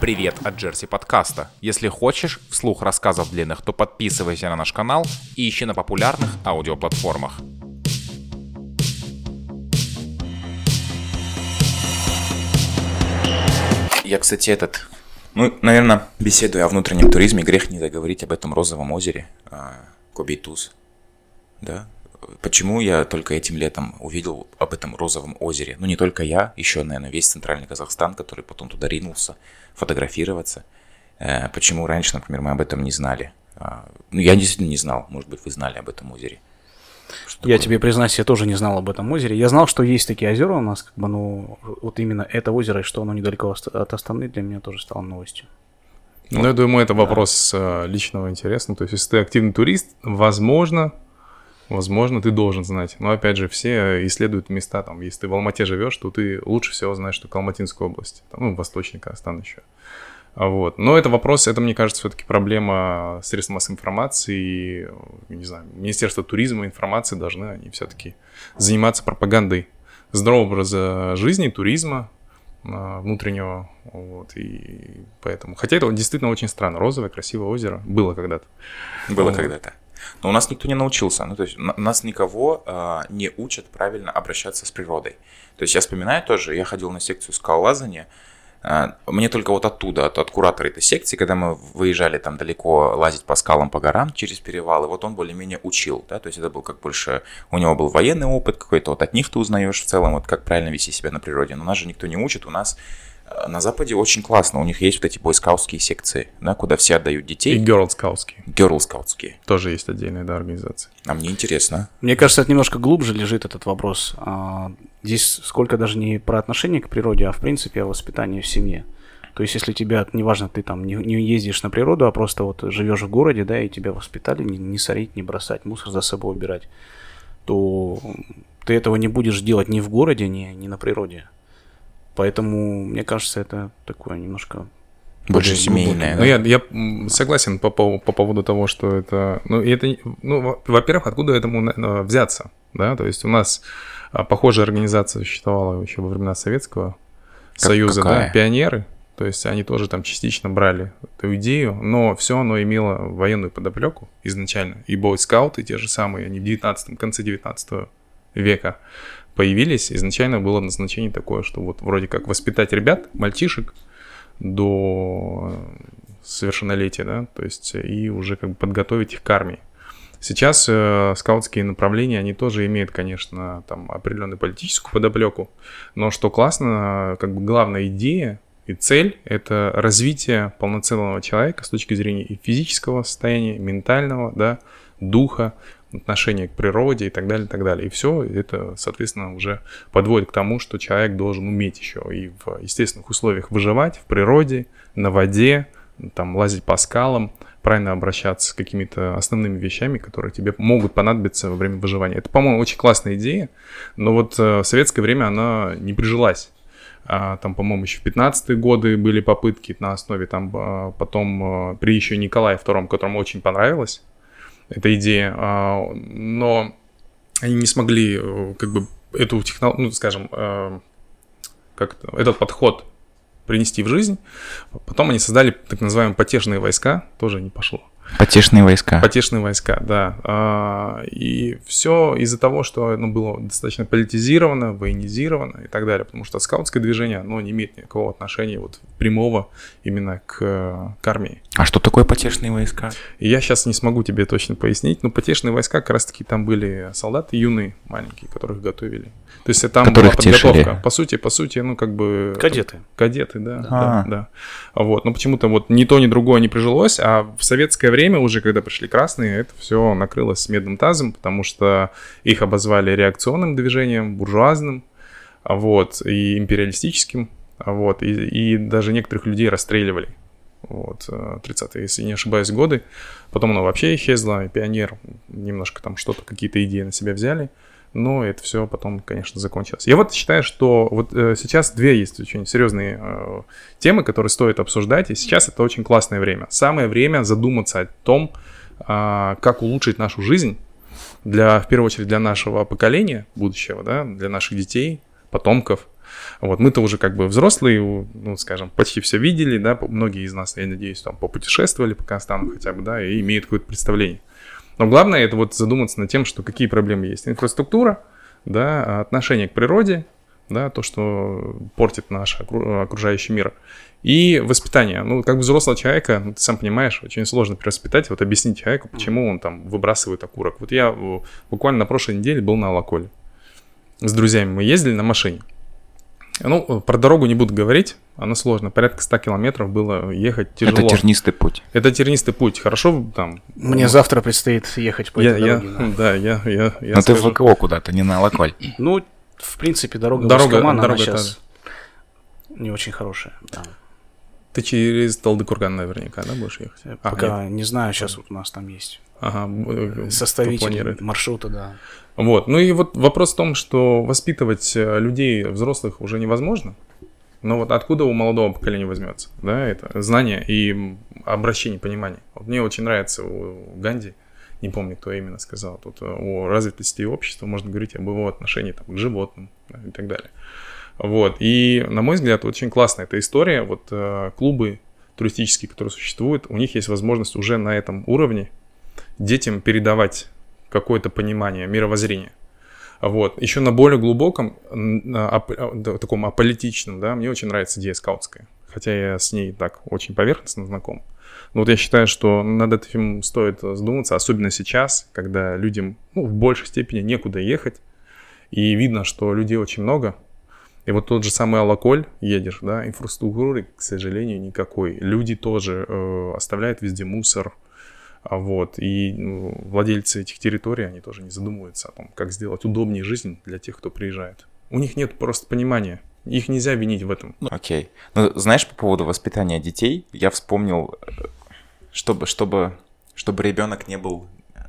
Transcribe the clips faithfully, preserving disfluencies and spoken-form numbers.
Привет от Джерси подкаста. Если хочешь вслух рассказов длинных, то подписывайся на наш канал и ищи на популярных аудиоплатформах. Я, кстати, этот... Ну, наверное, беседуя о внутреннем туризме, грех не договорить об этом розовом озере Кобейтуз. Да? Почему я только этим летом увидел об этом розовом озере? Ну, не только я, еще, наверное, весь центральный Казахстан, который потом туда ринулся фотографироваться. Почему раньше, например, мы об этом не знали? Ну, я действительно не знал. Может быть, вы знали об этом озере. Что я такое? Тебе признаюсь, я тоже не знал об этом озере. Я знал, что есть такие озера у нас, как бы, ну, вот именно это озеро, и что оно недалеко от Астаны, для меня тоже стало новостью. Ну, вот. Я думаю, это вопрос да. личного интереса. Ну, то есть, если ты активный турист, возможно, возможно, ты должен знать. Но, опять же, все исследуют места, там, если ты в Алмате живешь, то ты лучше всего знаешь, что Алматинская область, там, ну, Восточный Казахстан еще. Вот. Но это вопрос, это, мне кажется, все-таки проблема средств массовой информации, и, не знаю, Министерство туризма и информации должны они все-таки заниматься пропагандой здорового образа жизни, туризма внутреннего, вот, и поэтому, хотя это действительно очень странно, розовое, красивое озеро было когда-то. Было вот. когда-то. Но у нас никто не научился, ну, то есть нас никого э, не учат правильно обращаться с природой. То есть я вспоминаю тоже, я ходил на секцию скалолазания. Мне только вот оттуда, от, от куратора этой секции, когда мы выезжали там далеко лазить по скалам, по горам через перевалы, вот он более-менее учил, да, то есть это был как больше, у него был военный опыт какой-то, вот от них ты узнаешь в целом, вот как правильно вести себя на природе, но нас же никто не учит, у нас на Западе очень классно, у них есть вот эти бойскаутские секции, да, куда все отдают детей. И герлскаутские. Герлскаутские. Тоже есть отдельная, да, организация. А мне интересно. Мне кажется, это немножко глубже лежит этот вопрос. Здесь сколько даже не про отношение к природе, а в принципе о воспитании в семье. То есть, если тебя, неважно, ты там не, не ездишь на природу, а просто вот живешь в городе, да, и тебя воспитали не, не сорить, не бросать, мусор за собой убирать, то ты этого не будешь делать ни в городе, ни, ни на природе. Поэтому, мне кажется, это такое немножко... Больше семейное. Ну, я, я согласен по, по, по поводу того, что это... Ну, это, ну, во-первых, откуда этому взяться, да? То есть у нас похожая организация существовала еще во времена Советского как, Союза, какая? да, пионеры. То есть они тоже там частично брали эту идею, но все оно имело военную подоплеку изначально. И бойскауты те же самые, они в девятнадцатом, конце девятнадцатого века появились. Изначально было назначение такое, что вот вроде как воспитать ребят, мальчишек до совершеннолетия, да, то есть и уже как бы подготовить их к армии. Сейчас э, скаутские направления, они тоже имеют, конечно, там определенную политическую подоплеку, но что классно, как бы главная идея и цель – это развитие полноценного человека с точки зрения и физического состояния, ментального, да, духа, отношение к природе и так далее, и так далее. И все это, соответственно, уже подводит к тому, что человек должен уметь еще и в естественных условиях выживать, в природе, на воде, там, лазить по скалам, правильно обращаться с какими-то основными вещами, которые тебе могут понадобиться во время выживания. Это, по-моему, очень классная идея, но вот в советское время она не прижилась. Там, по-моему, еще в пятнадцатые годы были попытки на основе, там, потом при еще Николае втором, которому очень понравилось эта идея, но они не смогли как бы эту технологию, ну, скажем, как это, этот подход принести в жизнь. Потом они создали так называемые потешные войска, тоже не пошло. Потешные войска. Потешные войска, да. И все из-за того, что оно было достаточно политизировано, военизировано и так далее. Потому что скаутское движение, оно не имеет никакого отношения вот прямого именно к, к армии. А что такое потешные войска? И я сейчас не смогу тебе точно пояснить, но потешные войска как раз-таки там были солдаты юные, маленькие, которых готовили. То есть там которых была подготовка. Тешили. По сути, по сути, ну как бы... Кадеты. Кадеты, да, да, да. Вот. Но почему-то вот ни то, ни другое не прижилось, а в советское время уже, когда пришли красные, это все накрылось медным тазом, потому что их обозвали реакционным движением, буржуазным, вот, и империалистическим, вот, и, и даже некоторых людей расстреливали. Вот, тридцатые, если не ошибаюсь, годы. Потом оно вообще исчезло, и пионер немножко там что-то, какие-то идеи на себя взяли. Но это все потом, конечно, закончилось. Я вот считаю, что вот э, сейчас две есть очень серьезные э, темы, которые стоит обсуждать, и сейчас это очень классное время. Самое время задуматься о том, э, как улучшить нашу жизнь, для, в первую очередь для нашего поколения будущего, да, для наших детей, потомков. Вот, мы-то уже как бы взрослые, ну, скажем, почти все видели, да, многие из нас, я надеюсь, там попутешествовали по Казахстану хотя бы, да, и имеют какое-то представление. Но главное это вот задуматься над тем, что какие проблемы есть. Инфраструктура, да, отношение к природе, да, то, что портит наш окружающий мир. И воспитание. Ну, как бы взрослого человека, ну, ты сам понимаешь, очень сложно перевоспитать, вот объяснить человеку, почему он там выбрасывает окурок. Вот я буквально на прошлой неделе был на Алаколе. С друзьями мы ездили на машине. Ну, про дорогу не буду говорить, она сложная. Порядка ста километров было ехать тяжело. Это тернистый путь. Это тернистый путь. Хорошо там... Мне ну, завтра предстоит ехать по я, этой я, дороге. Да, я... я, я Но скажу... ты в ВКО куда-то, не на Алаколь. Ну, в принципе, дорога, дорога, Воскомана, дорога она сейчас не очень хорошая. Да. Ты через Талдыкурган наверняка, да, будешь ехать? Пока а, не знаю, сейчас вот у нас там есть ага, составитель маршрута, да. Вот, ну и вот вопрос в том, что воспитывать людей, взрослых, уже невозможно. Но вот откуда у молодого поколения возьмется, да, это знание и обращение, понимание. Вот мне очень нравится у Ганди, не помню, кто именно сказал, тут о развитости общества можно говорить об его отношении там, к животным, да, и так далее. Вот, и, на мой взгляд, очень классная эта история. Вот э, клубы туристические, которые существуют, у них есть возможность уже на этом уровне детям передавать какое-то понимание, мировоззрение. Вот. Еще на более глубоком, на, ап, таком аполитичном, да, мне очень нравится идея скаутская. Хотя я с ней так очень поверхностно знаком. Но вот я считаю, что над этим стоит задуматься, особенно сейчас, когда людям, ну, в большей степени некуда ехать. И видно, что людей очень много. И вот тот же самый Алаколь, едешь, да, инфраструктуры, к сожалению, никакой. Люди тоже э, оставляют везде мусор, а вот, и ну, владельцы этих территорий, они тоже не задумываются о том, как сделать удобнее жизнь для тех, кто приезжает. У них нет просто понимания, их нельзя винить в этом. Окей. Okay. Ну, знаешь, по поводу воспитания детей, я вспомнил, чтобы, чтобы, чтобы ребенок не был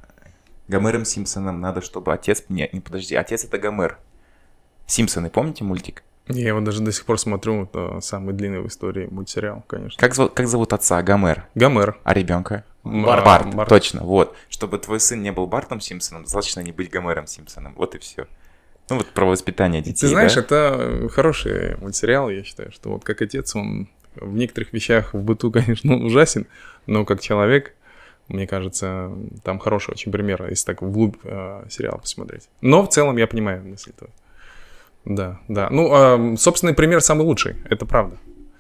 Гомером Симпсоном, надо, чтобы отец... Не, не подожди, отец это Гомер. Симпсоны, помните мультик? Я его даже до сих пор смотрю, это самый длинный в истории мультсериал, конечно. Как, зов, как зовут отца? Гомер. Гомер. А ребенка? Барт. Барт. Барт. Точно, вот. Чтобы твой сын не был Бартом Симпсоном, достаточно не быть Гомером Симпсоном. Вот и все. Ну вот про воспитание детей. Ты знаешь, да? Это хороший мультсериал, я считаю, что вот как отец, он в некоторых вещах в быту, конечно, ужасен, но как человек, мне кажется, там хороший очень пример, если так вглубь э, сериала посмотреть. Но в целом я понимаю мысль твою. Да, да. Ну, э, собственный пример самый лучший, это правда.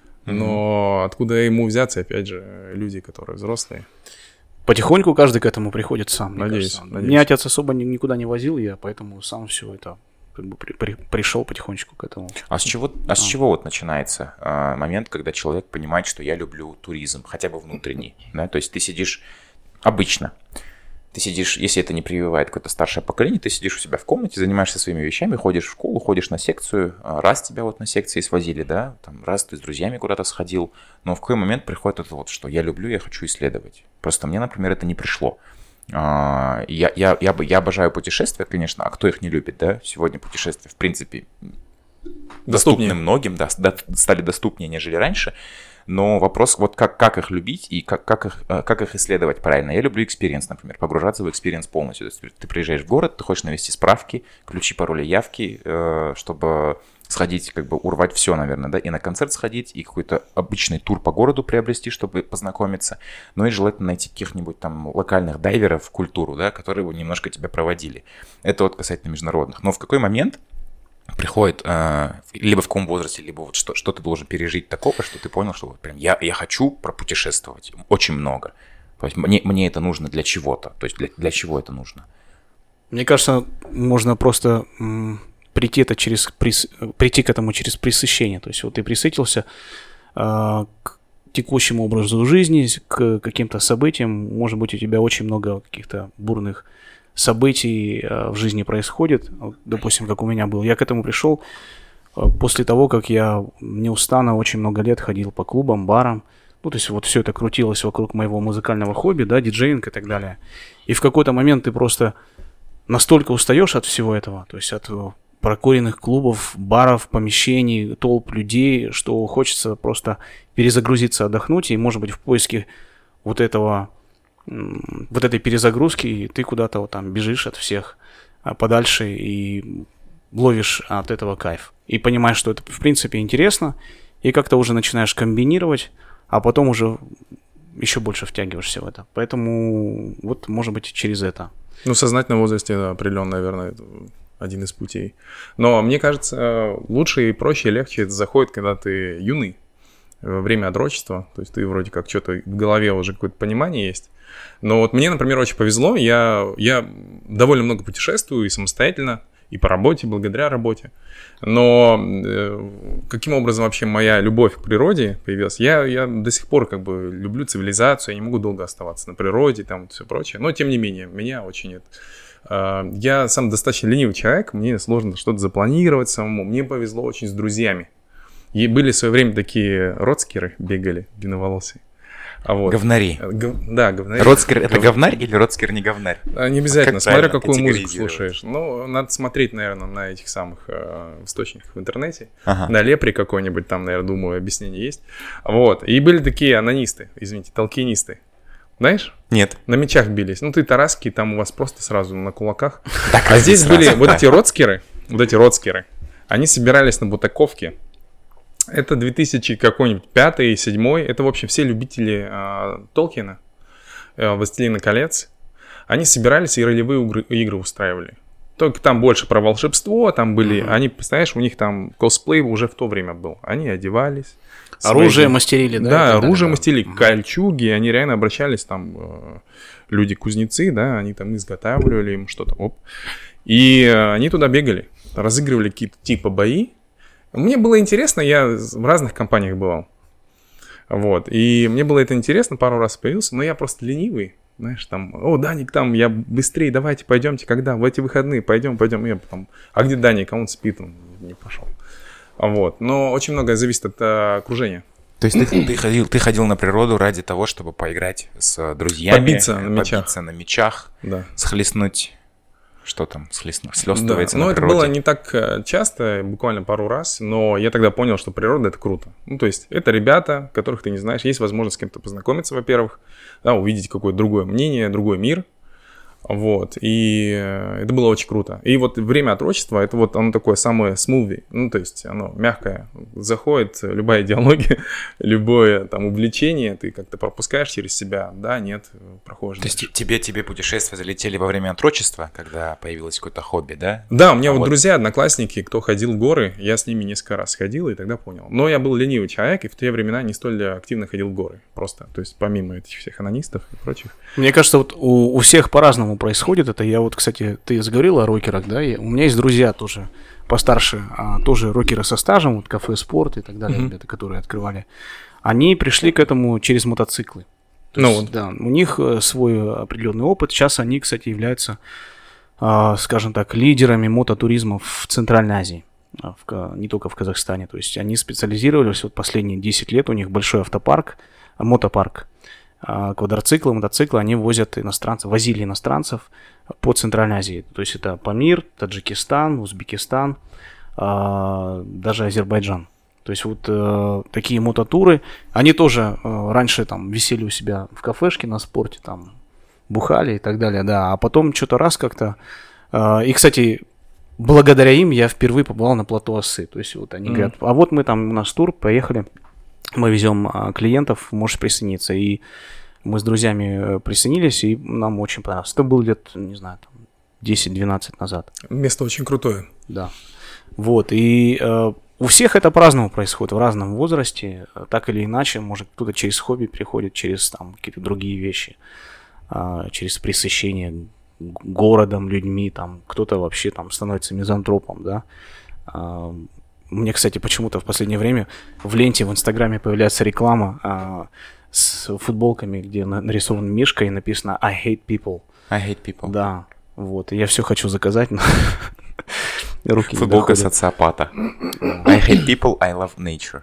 Но mm-hmm. откуда ему взяться, опять же, люди, которые взрослые? Потихоньку каждый к этому приходит сам. Надеюсь, надеюсь. Меня отец особо никуда не возил, я поэтому сам все это как бы при, при, пришел потихонечку к этому. А с чего, а. А с чего вот начинается а, момент, когда человек понимает, что я люблю туризм, хотя бы внутренний, да? То есть ты сидишь обычно. Ты сидишь, если это не прививает какое-то старшее поколение, ты сидишь у себя в комнате, занимаешься своими вещами, ходишь в школу, ходишь на секцию, раз тебя вот на секции свозили, да, там, раз ты с друзьями куда-то сходил, но в какой момент приходит это вот, что я люблю, я хочу исследовать. Просто мне, например, это не пришло. Я, я, я, я обожаю путешествия, конечно, а кто их не любит, да, сегодня путешествия, в принципе, доступны доступнее. Многим, да, стали доступнее, нежели раньше. Но вопрос, вот как, как их любить и как, как, их, как их исследовать правильно. Я люблю экспириенс, например, погружаться в экспириенс полностью. То есть ты приезжаешь в город, ты хочешь навести справки, ключи, пароли, явки, чтобы сходить, как бы урвать все, наверное, да, и на концерт сходить, и какой-то обычный тур по городу приобрести, чтобы познакомиться. Ну и желательно найти каких-нибудь там локальных дайверов в культуру, да, которые бы немножко тебя проводили. Это вот касательно международных. Но в какой момент приходит, э, либо в каком возрасте, либо вот что, что ты должен пережить такого, что ты понял, что вот прям я, я хочу пропутешествовать очень много. То есть мне, мне это нужно для чего-то. То есть для, для чего это нужно? Мне кажется, можно просто м, прийти, это через, прис, прийти к этому через пресыщение. То есть вот ты присытился э, к текущему образу жизни, к каким-то событиям. Может быть, у тебя очень много каких-то бурных событий э, в жизни происходит, вот, допустим, как у меня был. Я к этому пришел э, после того, как я неустанно очень много лет ходил по клубам, барам. Ну, то есть вот все это крутилось вокруг моего музыкального хобби, да, диджеинг и так далее. И в какой-то момент ты просто настолько устаешь от всего этого, то есть от прокуренных клубов, баров, помещений, толп людей, что хочется просто перезагрузиться, отдохнуть, и, может быть, в поиске вот этого вот этой перезагрузки, и ты куда-то вот там бежишь от всех подальше и ловишь от этого кайф. И понимаешь, что это, в принципе, интересно, и как-то уже начинаешь комбинировать, а потом уже еще больше втягиваешься в это. Поэтому вот, может быть, через это. Ну, в сознательном возрасте, да, определенно, наверное, это один из путей. Но мне кажется, лучше и проще, и легче это заходит, когда ты юный, во время отрочества. То есть ты вроде как что-то в голове уже какое-то понимание есть. Но вот мне, например, очень повезло. Я, я довольно много путешествую и самостоятельно, и по работе, благодаря работе. Но э, каким образом вообще моя любовь к природе появилась? Я, я до сих пор как бы люблю цивилизацию, я не могу долго оставаться на природе, там все прочее. Но тем не менее, меня очень это... Э, я сам достаточно ленивый человек, мне сложно что-то запланировать самому. Мне повезло очень с друзьями. И были в свое время такие родскеры, бегали, длинноволосые. А вот. Говнари. Гов... Да, говнари. Родскер это Гов... говнарь или родскер не говнарь? А, не обязательно, как смотря какую музыку слушаешь. Ну, надо смотреть, наверное, на этих самых э, источниках в интернете. Ага. На Лепре какой-нибудь, там, наверное, думаю, объяснение есть. Вот. И были такие анонисты, извините, толкинисты. Знаешь? Нет. На мечах бились. Ну, ты тараски, там у вас просто сразу на кулаках. А здесь были вот эти родскеры, вот эти родскеры, они собирались на Бутаковке. Это две тысячи какой-нибудь пятый, седьмой. Это, в общем, все любители э, Толкина, э, «Властелина колец». Они собирались и ролевые игры, игры устраивали. Только там больше про волшебство, там были... Mm-hmm. Они, представляешь, у них там косплей уже в то время был. Они одевались. Оружие свои... мастерили, да? Да, оружие да, мастерили, да. Кольчуги. Они реально обращались там... Э, люди-кузнецы, да, они там изготавливали им что-то. Оп. И э, они туда бегали, разыгрывали какие-то типа бои. Мне было интересно, я в разных компаниях бывал. Вот. И мне было это интересно, пару раз появился, но я просто ленивый. Знаешь, там, о, Даник, там, я быстрее, давайте, пойдемте, когда? В эти выходные, пойдем, пойдем. Я потом, а где Даник? А он спит, он не пошел. Вот. Но очень многое зависит от а, окружения. То есть ты, ты, ходил, ты ходил на природу ради того, чтобы поиграть с друзьями, побиться на мечах, побиться на мечах, да. Схлестнуть... Что там слёстывается да. на но природе? Это было не так часто, буквально пару раз, но я тогда понял, что природа — это круто. Ну, то есть это ребята, которых ты не знаешь, есть возможность с кем-то познакомиться, во-первых, да, увидеть какое-то другое мнение, другой мир. Вот, и это было очень круто. И вот время отрочества, это вот оно такое самое смузи, ну, то есть оно мягкое. Заходит любая идеология, любое там увлечение, ты как-то пропускаешь через себя, да, нет, проходишь. То есть тебе, тебе путешествия залетели во время отрочества, когда появилось какое-то хобби, да? Да, у меня а вот, вот друзья, одноклассники, кто ходил в горы, я с ними несколько раз ходил и тогда понял. Но я был ленивый человек и в те времена не столь активно ходил в горы, просто, то есть помимо этих всех анонистов и прочих. Мне кажется, вот у, у всех по-разному происходит это. Я вот, кстати, ты заговорил о рокерах, да, и у меня есть друзья тоже постарше, а, тоже рокеры со стажем, вот кафе «Спорт» и так далее, mm-hmm. ребята, которые открывали. Они пришли к этому через мотоциклы. То ну есть, вот. Да, у них свой определенный опыт. Сейчас они, кстати, являются, а, скажем так, лидерами мототуризма в Центральной Азии, в, не только в Казахстане. То есть они специализировались, вот последние десять лет у них большой автопарк, мотопарк. Квадроциклы, мотоциклы, они возят иностранцев, возили иностранцев по Центральной Азии. То есть это Памир, Таджикистан, Узбекистан, даже Азербайджан. То есть вот э, такие мототуры, они тоже э, раньше там висели у себя в кафешке на спорте, там бухали и так далее, да. А потом что-то раз как-то... Э, и, кстати, благодаря им я впервые побывал на плато Осы. То есть вот они mm-hmm. говорят, а вот мы там, у нас тур, поехали. Мы везем а, клиентов, можешь присоединиться. И мы с друзьями присоединились, и нам очень понравилось. Это было лет, не знаю, там, десять-двенадцать назад. Место очень крутое. Да. Вот, и э, у всех это по-разному происходит, в разном возрасте. Так или иначе, может, кто-то через хобби приходит, через там какие-то другие вещи, э, через пресыщение городом, людьми, там, кто-то вообще там становится мизантропом, да. Э, Мне, кстати, почему-то в последнее время в ленте в Инстаграме появляется реклама а, с футболками, где нарисован мишка и написано I hate people. I hate people. Да, вот. И я все хочу заказать, но руки не доходят. Футболка социопата. I hate people, I love nature.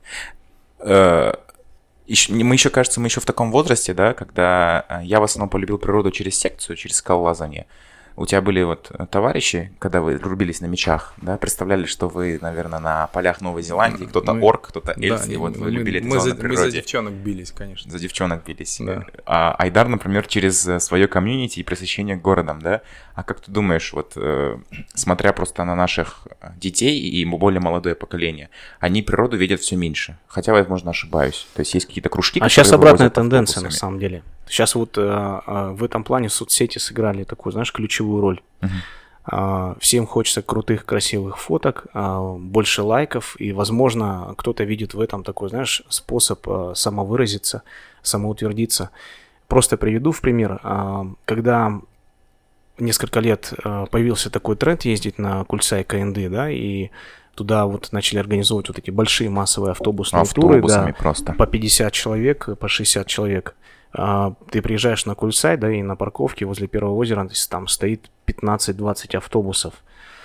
Мы еще, кажется, мы еще в таком возрасте, да, когда я в основном полюбил природу через секцию, через скалолазание. у тебя были вот товарищи, когда вы рубились на мечах, да, представляли, что вы, наверное, на полях Новой Зеландии, кто-то мы... орк, кто-то эльф, да, и вот мы, вы любили мы, это за, на природе. Мы за девчонок бились, конечно. За девчонок бились. Да. А Айдар, например, через свое комьюнити и пресыщение городом, да? А как ты думаешь, вот э, смотря просто на наших детей и более молодое поколение, они природу видят все меньше. Хотя, возможно, ошибаюсь. То есть есть какие-то кружки, а сейчас обратная тенденция, на самом деле. Сейчас вот э, э, в этом плане соцсети сыграли такую, знаешь, ключевую роль. Uh-huh. Э, всем хочется крутых, красивых фоток, э, больше лайков, и, возможно, кто-то видит в этом такой, знаешь, способ э, самовыразиться, самоутвердиться. Просто приведу в пример. Э, когда несколько лет э, появился такой тренд ездить на Кульсай КНД, да, и туда вот начали организовывать вот эти большие массовые автобусные туры, да, просто. По пятьдесят человек, по шестьдесят человек. Ты приезжаешь на Кульсай, да, и на парковке возле Первого озера там стоит пятнадцать-двадцать автобусов.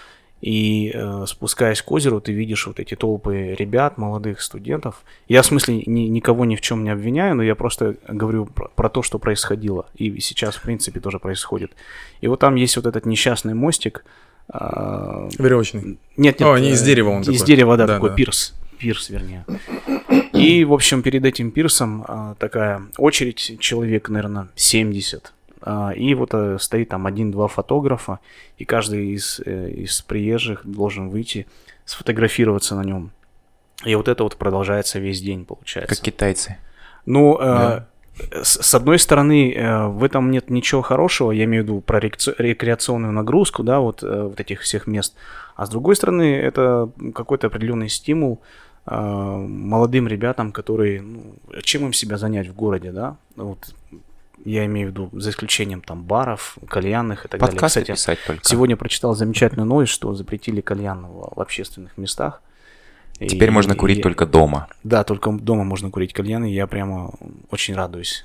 И э, спускаясь к озеру, ты видишь вот эти толпы ребят, молодых студентов. Я, в смысле, ни, никого ни в чем не обвиняю, но я просто говорю про, про то, что происходило. И сейчас, в принципе, тоже происходит. И вот там есть вот этот несчастный мостик. Э, Веревочный. Нет, нет. О, не из дерева он из такой. Из дерева, да, да такой да. пирс. Пирс, вернее. И, в общем, перед этим пирсом а, такая очередь, человек, наверное, семьдесят. А, и вот а, стоит там один-два фотографа, и каждый из, э, из приезжих должен выйти, сфотографироваться на нем. И вот это вот продолжается весь день, получается. Как китайцы. Ну, да. э, с, с одной стороны, э, в этом нет ничего хорошего, я имею в виду про рекреационную нагрузку, да, вот, э, вот этих всех мест. А с другой стороны, это какой-то определенный стимул молодым ребятам, которые, ну, чем им себя занять в городе, да, вот, я имею в виду, за исключением там баров, кальянных и так далее. Подкасты Кстати, писать только. Сегодня прочитал замечательную новость, что запретили кальян в, в общественных местах. Теперь и, можно курить и, только дома. Да, только дома можно курить кальян, и я прямо очень радуюсь.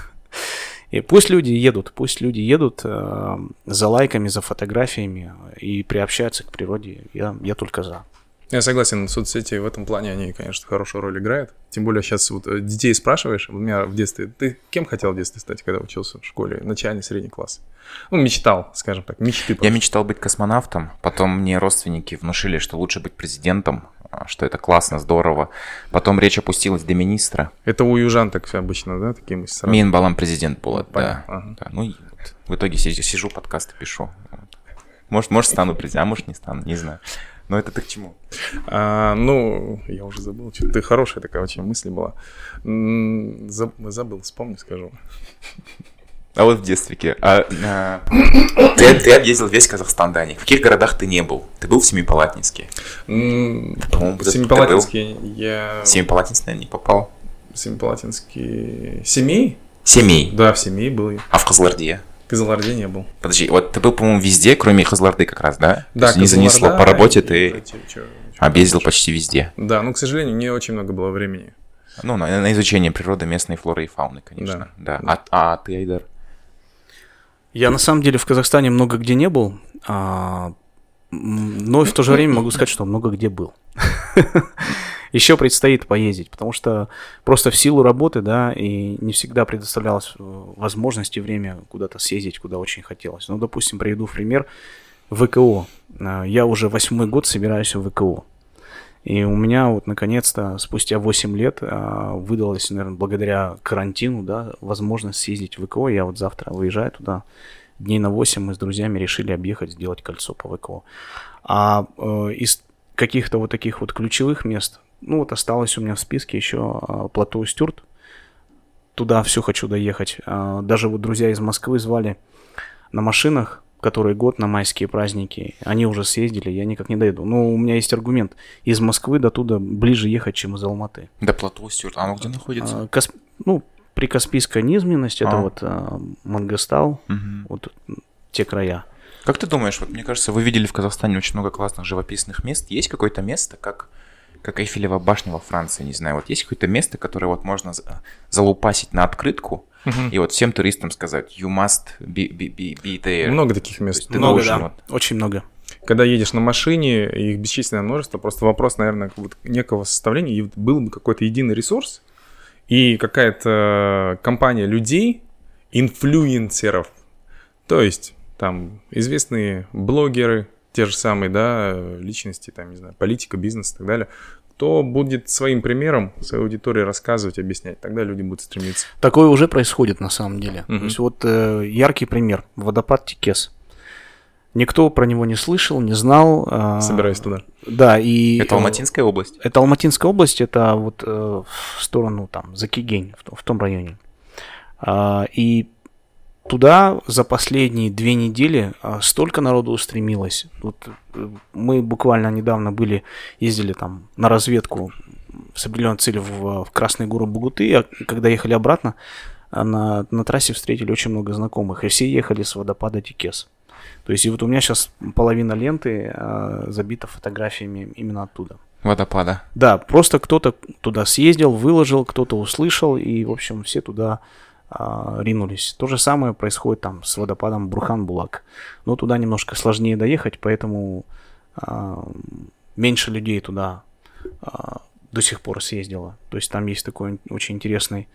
И пусть люди едут, пусть люди едут э, за лайками, за фотографиями и приобщаются к природе, я, я только за. Я согласен, соцсети в этом плане, они, конечно, хорошую роль играют. Тем более сейчас вот детей спрашиваешь, у меня в детстве, ты кем хотел в детстве стать, когда учился в школе, начальный, средний класс? Ну, мечтал, скажем так, мечты. Просто. Я мечтал быть космонавтом, потом мне родственники внушили, что лучше быть президентом, что это классно, здорово. Потом речь опустилась до министра. Это у южан так все обычно, да, такие мысли сразу? Минбалам президент был, вот, да. Ага. да. Ну, и вот, в итоге сижу, сижу подкасты пишу. Может, может, стану президентом, а может, не стану, не знаю. Но это ты к чему? А, ну, я уже забыл. Ты хорошая такая очень мысль была. Забыл, вспомню, скажу. А вот в детстве. А, а, ты, ты объездил весь Казахстан, Дани. В каких городах ты не был? Ты был в Семипалатинске? В Семипалатинске я... В Семипалатинск, наверное, не попал. В Семипалатинске... Семей? Семей? Да, в Семей был. А в Казларде? В Казларде не был. Подожди, вот ты был, по-моему, везде, кроме Казларды как раз, да? Да, не занесло по работе, ты чё, чё, чё, объездил чё, почти везде. Да, ну, к сожалению, не очень много было времени. Ну, на, на изучение природы, местной флоры и фауны, конечно. Да. да. А, а ты, Айдар? Я, на самом деле, в Казахстане много где не был, а, но в то же время могу сказать, что много где был. Еще предстоит поездить, потому что просто в силу работы, да, и не всегда предоставлялась возможность и время куда-то съездить, куда очень хотелось. Ну, допустим, приведу в пример ВКО. Я уже восьмой год собираюсь в ВКО. И у меня вот, наконец-то, спустя восемь лет выдалась, наверное, благодаря карантину, да, возможность съездить в ВКО. Я вот завтра выезжаю туда. Дней на восемь мы с друзьями решили объехать, сделать кольцо по ВКО. А э, из каких-то вот таких вот ключевых мест, ну вот осталось у меня в списке еще а, плато Устюрт. Туда все хочу доехать. А, даже вот друзья из Москвы звали на машинах, который год на майские праздники. Они уже съездили, я никак не доеду. Но у меня есть аргумент. Из Москвы до туда ближе ехать, чем из Алматы. До плато Устюрт. А оно где находится? А, Касп... Ну, при Каспийской низменности, а. это вот а, Мангостау, угу. вот те края. Как ты думаешь, вот мне кажется, вы видели в Казахстане очень много классных живописных мест. Есть какое-то место, как, как Эйфелева башня во Франции, не знаю, вот есть какое-то место, которое вот можно залупасить на открытку, uh-huh. и вот всем туристам сказать, you must be, be, be, be there. Много таких мест. Много, должен, да, вот... очень много. Когда едешь на машине, их бесчисленное множество, просто вопрос, наверное, вот некого составления, и был бы какой-то единый ресурс, и какая-то компания людей, инфлюенсеров, то есть... там известные блогеры, те же самые, да, личности, там, не знаю, политика, бизнес и так далее, кто будет своим примером своей аудитории рассказывать, объяснять, тогда люди будут стремиться. Такое уже происходит на самом деле. Мгм. То есть вот э, яркий пример. Водопад Текес. Никто про него не слышал, не знал. э, Собираюсь туда. Да, и... Это Алматинская область? Это Алматинская область, это вот э, в сторону там Закигень, в, том- в том районе. А, и туда за последние две недели а, столько народу устремилось. Вот э, мы буквально недавно были, ездили там на разведку с определенной целью в, в Красные горы Бугуты, а когда ехали обратно, а на, на трассе встретили очень много знакомых, и все ехали с водопада Текес. То есть и вот у меня сейчас половина ленты а, забита фотографиями именно оттуда. Водопада. Да, просто кто-то туда съездил, выложил, кто-то услышал, и, в общем, все туда а, ринулись. То же самое происходит там с водопадом Бурхан-Булак. Но туда немножко сложнее доехать, поэтому а, меньше людей туда а, до сих пор съездило. То есть там есть такой очень интересный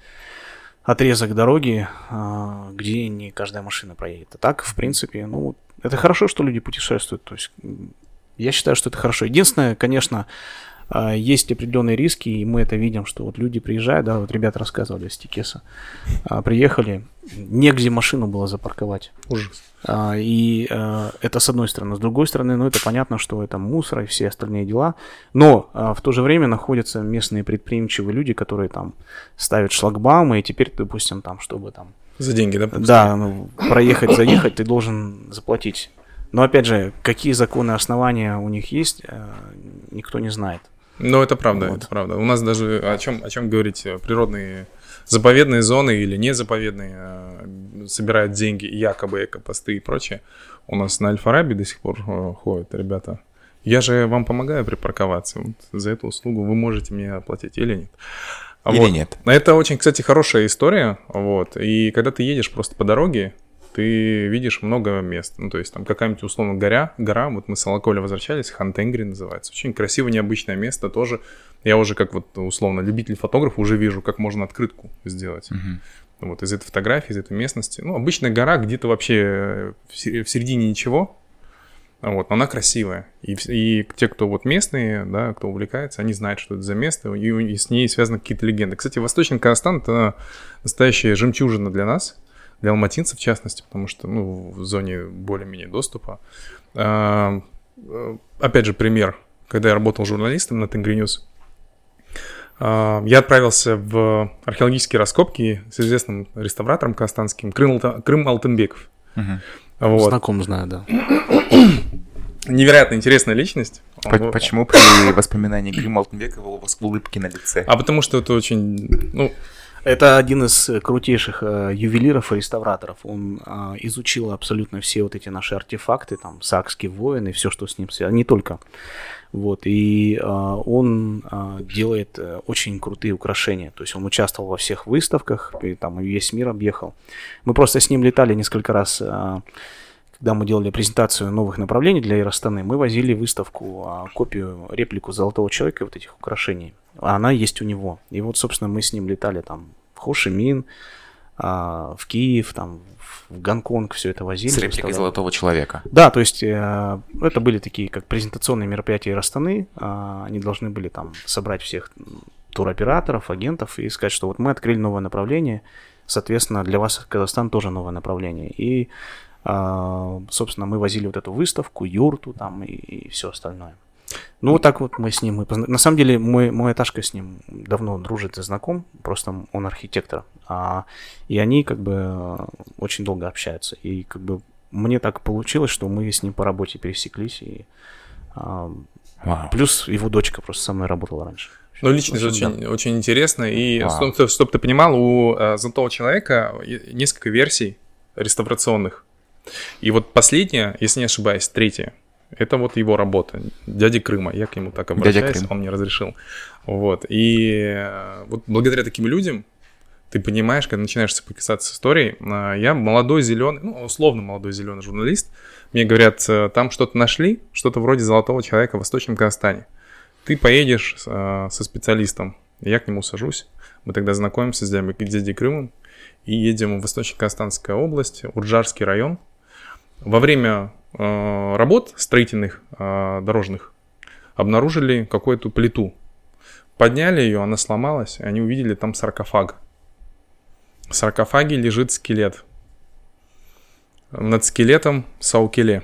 отрезок дороги, а, где не каждая машина проедет. А так, в принципе, ну, это хорошо, что люди путешествуют. То есть м, я считаю, что это хорошо. Единственное, конечно, а, есть определенные риски, и мы это видим, что вот люди приезжают, да, вот ребята рассказывали с Текеса, а, приехали, негде машину было запарковать. Ужас. А, И а, это с одной стороны. С другой стороны, ну, это понятно, что это мусор и все остальные дела. Но а, в то же время находятся местные предприимчивые люди, которые там ставят шлагбаумы, и теперь, допустим, там, чтобы там, За деньги, да? да, ну, проехать, заехать, ты должен заплатить. Но опять же, какие законы основания у них есть, а, никто не знает. Ну, это правда, Вот. это правда. У нас даже о чем, о чем говорить, э, природные заповедные зоны или незаповедные э, собирают деньги, якобы экопосты и прочее. У нас на Аль-Фараби до сих пор э, ходят ребята. Я же вам помогаю припарковаться. Вот за эту услугу вы можете мне оплатить или нет? А Или вот. нет. Это очень, кстати, хорошая история. Вот. И когда ты едешь просто по дороге, ты видишь много мест. Ну, то есть там какая-нибудь, условно, гора, гора, вот мы с Алаколя возвращались, Хантенгри называется. Очень красивое, необычное место тоже. Я уже как вот, условно, любитель фотограф уже вижу, как можно открытку сделать. Мгм. Вот из этой фотографии, из этой местности. Ну, обычная гора где-то вообще в се- в середине ничего. Вот, но она красивая. И, вс- и те, кто вот местные, да, кто увлекается, они знают, что это за место, и, у- и с ней связаны какие-то легенды. Кстати, Восточный Казахстан — это настоящая жемчужина для нас, для алматинцев в частности, потому что, ну, в зоне более-менее доступа. А, э, опять же, пример. Когда я работал журналистом на Тенгри Ньюс, а, я отправился в археологические раскопки с известным реставратором казахстанским Крым, Алта- Крым Алтынбеков. Мгм. Вот. Знаком знаю, да. Невероятно интересная личность. Он По- был- Почему при воспоминании Грима Алтынбекова у вас улыбки на лице? А потому что это очень, ну, Это один из э, крутейших э, ювелиров и реставраторов. Он а, изучил абсолютно все вот эти наши артефакты, там, сакские воины, все, что с ним связано, не только. Вот, и а, он а, делает э, очень крутые украшения. То есть он участвовал во всех выставках, и там и весь мир объехал. Мы просто с ним летали несколько раз, а, когда мы делали презентацию новых направлений для Аэростаны, мы возили выставку, а, копию, реплику Золотого человека и вот этих украшений. А она есть у него. И вот, собственно, мы с ним летали там в Хошимин, а, в Киев, там, в Гонконг, все это возили. С репликой выставляли. Золотого человека. Да, то есть э, это были такие как презентационные мероприятия Аэростаны. А, они должны были там собрать всех м, туроператоров, агентов и сказать, что вот мы открыли новое направление, соответственно, для вас Казахстан тоже новое направление. И, а, собственно, мы возили вот эту выставку, юрту там и, и все остальное. Ну, вот так вот мы с ним... и позна- На самом деле, мой, мой Аташка с ним давно дружит и знаком, просто он архитектор. А, и они как бы э, очень долго общаются. И как бы мне так получилось, что мы с ним по работе пересеклись. И, а, Вау. плюс его дочка просто со мной работала раньше. ну, личность В общем, очень, очень интересная. И, Вау. чтобы, чтоб ты понимал, у э, Золотого человека е- несколько версий реставрационных. И вот последняя, если не ошибаюсь, третья, это вот его работа. Дядя Крыма, я к нему так обращаюсь, Крым. он мне разрешил. Вот. И э, вот благодаря таким людям ты понимаешь, когда начинаешь соприкасаться с историей. э, Я молодой зеленый, ну, условно молодой зеленый журналист. Мне говорят, э, там что-то нашли, что-то вроде Золотого человека в Восточном Казахстане. Ты поедешь э, со специалистом, я к нему сажусь. Мы тогда знакомимся с дядей, дядей Крымом и едем в Восточно-Казахстанская область, Урджарский район. Во время э, работ строительных, э, дорожных, обнаружили какую-то плиту. Подняли ее, она сломалась, и они увидели там саркофаг. В саркофаге лежит скелет. Над скелетом Саукеле.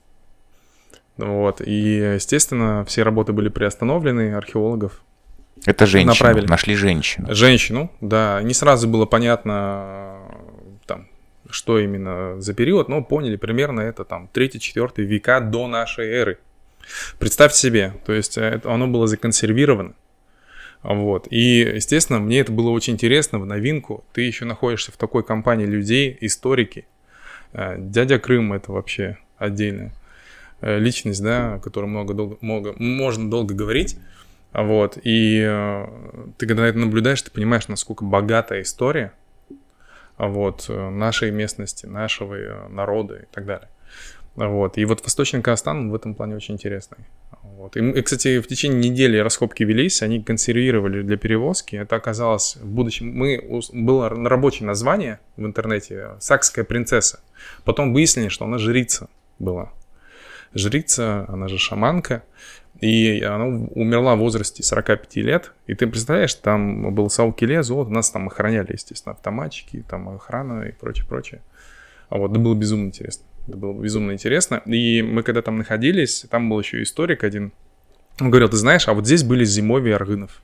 Вот. И, естественно, все работы были приостановлены, археологов Это женщину, направили. Нашли женщину. Женщину, да. Не сразу было понятно, там, что именно за период, но поняли примерно это там третий-четвёртый века до нашей эры. Представьте себе, то есть это, оно было законсервировано. Вот. И, естественно, мне это было очень интересно, в новинку. Ты еще находишься в такой компании людей, историки. Дядя Крым — это вообще отдельная личность, да, о которой много, долго, много, можно долго говорить. Вот. И ты, когда это наблюдаешь, ты понимаешь, насколько богатая история вот, нашей местности, нашего народа и так далее. Вот. И вот Восточный Казахстан в этом плане очень интересный. Вот. И, и, кстати, в течение недели раскопки велись, они консервировали для перевозки. Это оказалось в будущем... Мы, было рабочее название в интернете «Сакская принцесса». Потом выяснили, что она жрица была. Жрица, она же шаманка. И она умерла в возрасте сорок пять лет. И ты представляешь, там был Саукеле, золото, нас там охраняли, естественно, автоматчики, там охрана и прочее, прочее. А вот, это было безумно интересно. Это было безумно интересно. И мы когда там находились, там был еще историк один. Он говорил, ты знаешь, а вот здесь были зимовья аргынов.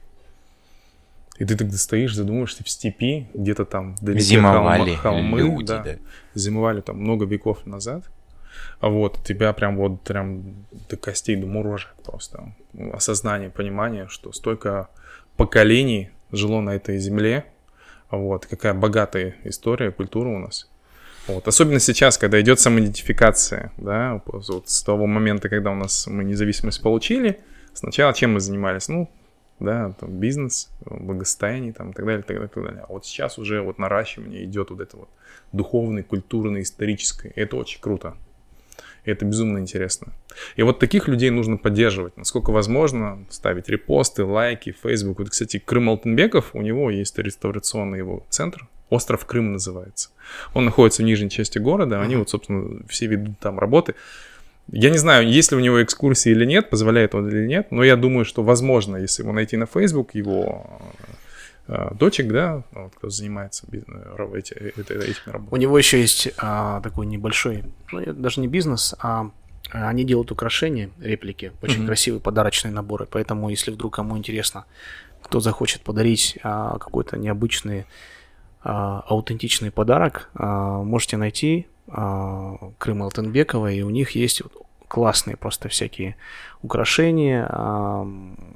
И ты тогда стоишь, задумываешься в степи, где-то там вдалеке зимовали холмы, люди, да, да. Зимовали там много веков назад. А вот тебя прям вот прям до костей, до мурашек просто. Осознание, понимание, что столько поколений жило на этой земле. Вот, какая богатая история, культура у нас. Вот. Особенно сейчас, когда идет самоидентификация, да, вот с того момента, когда у нас мы независимость получили, сначала чем мы занимались? Ну, да, там бизнес, благосостояние, там, и так далее, так далее, так далее. А вот сейчас уже вот наращивание идет вот это вот духовное, культурное, историческое. И это очень круто. И это безумно интересно. И вот таких людей нужно поддерживать, насколько возможно, ставить репосты, лайки, Facebook. Вот, кстати, Крым Алтынбеков, у него есть реставрационный его центр. Остров Крым называется. Он находится в нижней части города. Они вот, собственно, все ведут там работы. Я не знаю, есть ли у него экскурсии или нет, позволяет он или нет, но я думаю, что возможно, если его найти на Facebook, его э, дочек, да, вот, кто занимается бизнес, эти, этими работами. У него еще есть а, такой небольшой, ну, даже не бизнес, а они делают украшения, реплики, очень mm-hmm. красивые подарочные наборы. Поэтому, если вдруг кому интересно, кто захочет подарить а, какой-то необычный, а, аутентичный подарок, а, можете найти а, Крым Алтынбекова, и у них есть вот классные просто всякие украшения, а,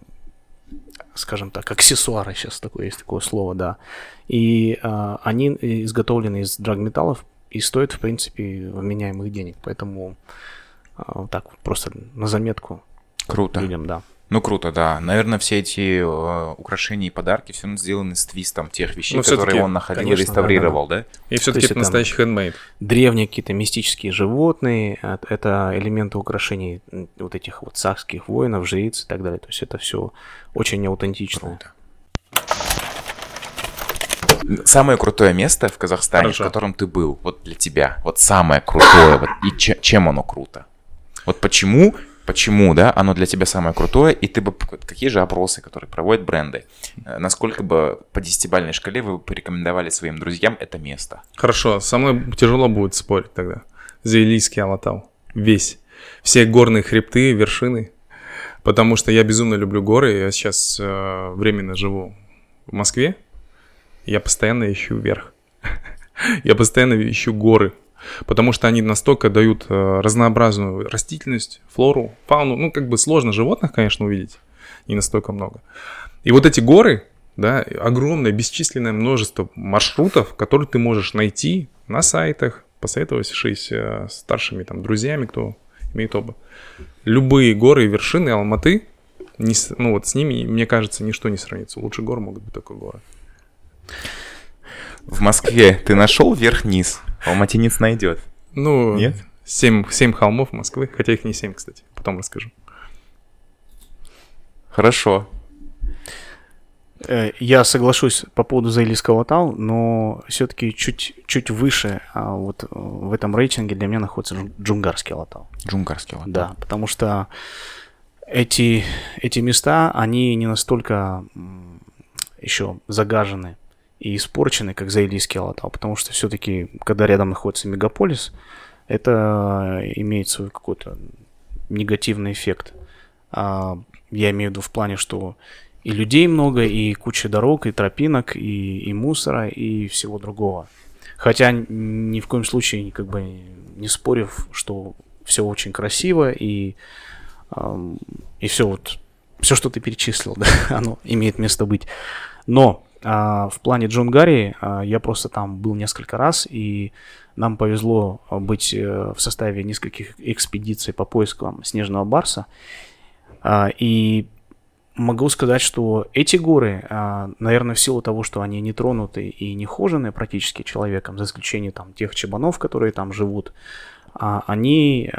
скажем так, аксессуары, сейчас такое есть такое слово, да. И а, они изготовлены из драгметаллов и стоят, в принципе, вменяемых денег. Поэтому а, так просто на заметку. Круто. Людям, да. Ну, круто, да. Наверное, все эти э, украшения и подарки все равно сделаны с твистом тех вещей, ну, которые он находил и реставрировал, да? да? да? И все-таки это настоящий хендмейд. Древние какие-то мистические животные, это элементы украшений вот этих вот сакских воинов, жриц и так далее. То есть это все очень аутентично. Самое крутое место в Казахстане, Хорошо. в котором ты был, вот для тебя, вот самое крутое, вот, и че, чем оно круто? Вот почему... Почему, да, оно для тебя самое крутое, и ты бы, какие же опросы, которые проводят бренды, насколько бы по десятибалльной шкале вы бы порекомендовали своим друзьям это место? Хорошо, со мной тяжело будет спорить тогда. Заилийский Алатау, весь, все горные хребты, вершины, потому что я безумно люблю горы, я сейчас э, временно живу в Москве, я постоянно ищу вверх, я постоянно ищу горы. Потому что они настолько дают э, разнообразную растительность, флору, фауну. Ну, как бы сложно животных, конечно, увидеть. Не настолько много. И вот эти горы, да, огромное, бесчисленное множество маршрутов, которые ты можешь найти на сайтах, посоветовавшись э, с старшими там друзьями, кто имеет опыт. Любые горы и вершины Алматы, не, ну вот с ними, мне кажется, ничто не сравнится. Лучше гор могут быть только горы. В Москве ты нашел вверх-вниз? Алматинец найдет. Ну, нет? Семь, семь холмов Москвы, хотя их не семь, кстати, потом расскажу. Хорошо. Я соглашусь по поводу Заилийского Алатау, но все-таки чуть, чуть выше а вот в этом рейтинге для меня находится Джунгарский Алатау. Джунгарский Алатау. Да, потому что эти, эти места, они не настолько еще загажены и испорчены, как Заилийский Алатау, потому что все-таки, когда рядом находится мегаполис, это имеет свой какой-то негативный эффект. Я имею в виду в плане, что и людей много, и куча дорог, и тропинок, и, и мусора, и всего другого. Хотя ни в коем случае как бы не спорив, что все очень красиво, и, эм, и все вот, все, что ты перечислил, да, оно имеет место быть. Но э, в плане Джунгарии э, я просто там был несколько раз, и нам повезло быть э, в составе нескольких экспедиций по поискам снежного барса. Э, и могу сказать, что эти горы, наверное, в силу того, что они не тронуты и не хожены практически человеком, за исключением там тех чабанов, которые там живут, они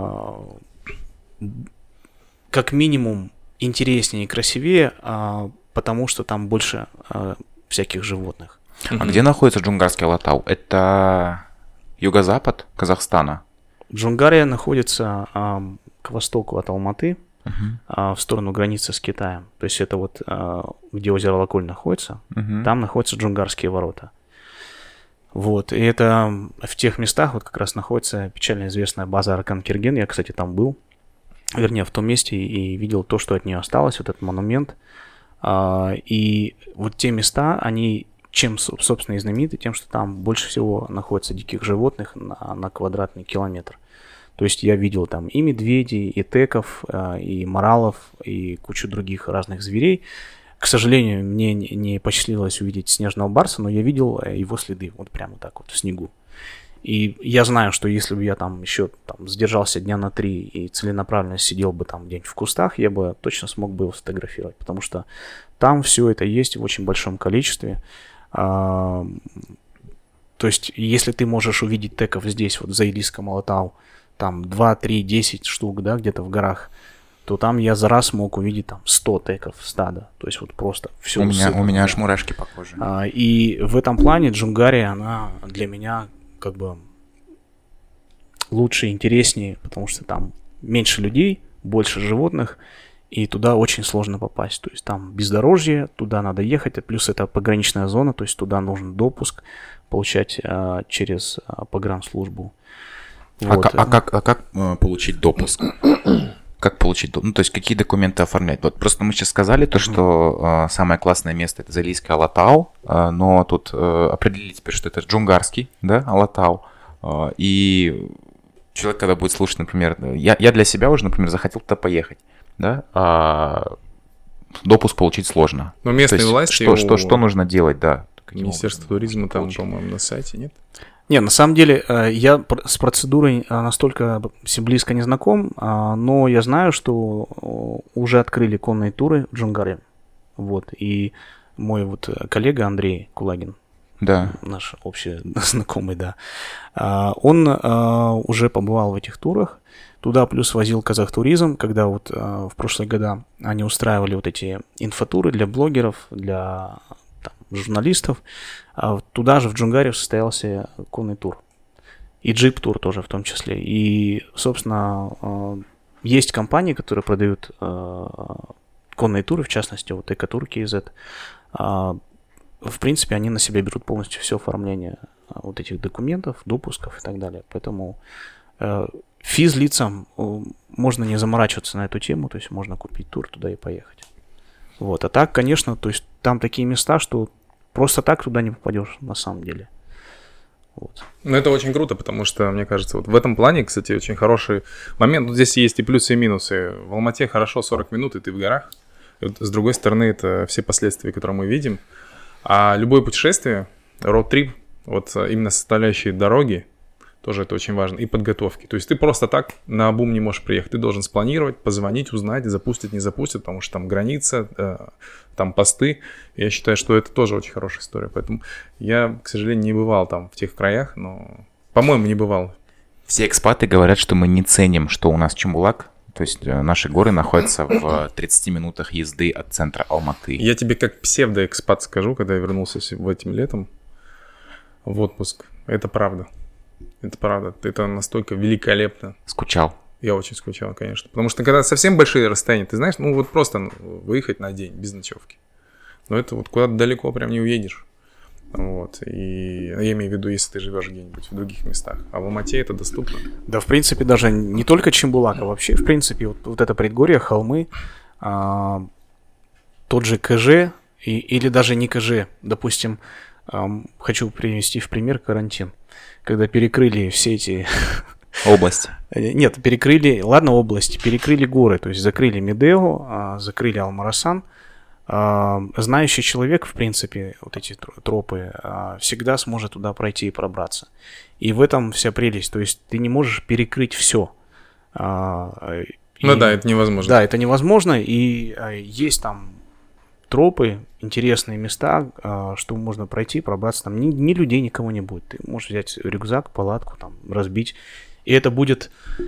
как минимум интереснее и красивее, потому что там больше всяких животных. А mm-hmm. где находится Джунгарский Алатау? Это юго-запад Казахстана? Джунгария находится к востоку от Алматы, Uh-huh. в сторону границы с Китаем. То есть это вот где озеро Лаколь находится, uh-huh. там находятся Джунгарские ворота. Вот. И это в тех местах вот как раз находится печально известная база Аркан Керген. Я, кстати, там был, вернее, в том месте и видел то, что от нее осталось, вот этот монумент. И вот те места, они чем, собственно, и знамениты, тем, что там больше всего находится диких животных на, на квадратный километр. То есть я видел там и медведей, и теков, и моралов, и кучу других разных зверей. К сожалению, мне не посчастливилось увидеть снежного барса, но я видел его следы вот прямо так вот в снегу. И я знаю, что если бы я там еще там, задержался дня на три и целенаправленно сидел бы там где-нибудь в кустах, я бы точно смог бы его сфотографировать, потому что там все это есть в очень большом количестве. То есть если ты можешь увидеть теков здесь, вот в Заилийском Алатау, там два, три, десять штук, да, где-то в горах, то там я за раз мог увидеть там сто теков стада. То есть вот просто все. У меня, у меня аж мурашки по коже. А, и в этом плане Джунгария, она для меня как бы лучше, интереснее, потому что там меньше людей, больше животных, и туда очень сложно попасть. То есть там бездорожье, туда надо ехать, плюс это пограничная зона, то есть туда нужен допуск получать а, через а, погранслужбу. Вот. А, а как, а как э, получить допуск? Как получить допуск? Ну, то есть какие документы оформлять? Вот просто мы сейчас сказали то, что э, самое классное место это Заилийский Алатау, э, но тут э, определили теперь, что это Джунгарский, да, Алатау. Э, и человек, когда будет слушать, например, я, я для себя уже, например, захотел туда поехать, да, а допуск получить сложно. Но местные власти... Что, что, что нужно делать, да? Министерство туризма там, по-моему, на сайте, нет? Не, на самом деле я с процедурой настолько близко не знаком, но я знаю, что уже открыли конные туры в Джунгаре. Вот. И мой вот коллега Андрей Кулагин, да. наш общий знакомый, да, он уже побывал в этих турах. Туда плюс возил Казахтуризм, когда вот в прошлые года они устраивали вот эти инфотуры для блогеров, для там, журналистов. А туда же в Джунгарию состоялся конный тур. И джип-тур тоже в том числе. И, собственно, есть компании, которые продают конные туры, в частности, вот Экотур кей зет. В принципе, они на себя берут полностью все оформление вот этих документов, допусков и так далее. Поэтому физлицам можно не заморачиваться на эту тему, то есть можно купить тур туда и поехать. Вот. А так, конечно, то есть там такие места, что просто так туда не попадешь, на самом деле. Вот. Ну, это очень круто, потому что, мне кажется, вот в этом плане, кстати, очень хороший момент. Вот здесь есть и плюсы, и минусы. В Алмате хорошо сорок минут, и ты в горах. И вот, с другой стороны, это все последствия, которые мы видим. А любое путешествие, роуд-трип, вот именно составляющие дороги, тоже это очень важно, и подготовки. То есть ты просто так наобум не можешь приехать. Ты должен спланировать, позвонить, узнать, запустить, не запустить, потому что там граница, э, там посты. Я считаю, что это тоже очень хорошая история. Поэтому я, к сожалению, не бывал там в тех краях, но, по-моему, не бывал. Все экспаты говорят, что мы не ценим, что у нас Чембулак То есть наши горы находятся в тридцати минутах езды от центра Алматы. Я тебе как псевдоэкспат скажу, когда я вернулся в этим летом в отпуск. Это правда. Это правда. Это настолько великолепно. Скучал. Я очень скучал, конечно. Потому что когда совсем большие расстояния, ты знаешь, ну вот просто выехать на день без ночевки. Но это вот куда-то далеко прям не уедешь. Вот. И я имею в виду, если ты живешь где-нибудь в других местах. А в Алмате это доступно. Да, в принципе, даже не только Чембулак, а вообще, в принципе, вот, вот это предгорье, холмы, а, тот же КЖ, и, или даже не КЖ. Допустим, а, хочу привести в пример карантин. Когда перекрыли все эти... Область. Нет, перекрыли, ладно, области, перекрыли горы, то есть закрыли Медео, закрыли Алмарасан. Знающий человек, в принципе, вот эти тропы, всегда сможет туда пройти и пробраться. И в этом вся прелесть, то есть ты не можешь перекрыть все. И, ну да, это невозможно. Да, это невозможно, и есть там тропы, интересные места, что можно пройти, пробраться. Там ни, ни людей, никого не будет. Ты можешь взять рюкзак, палатку, там, разбить. И это будет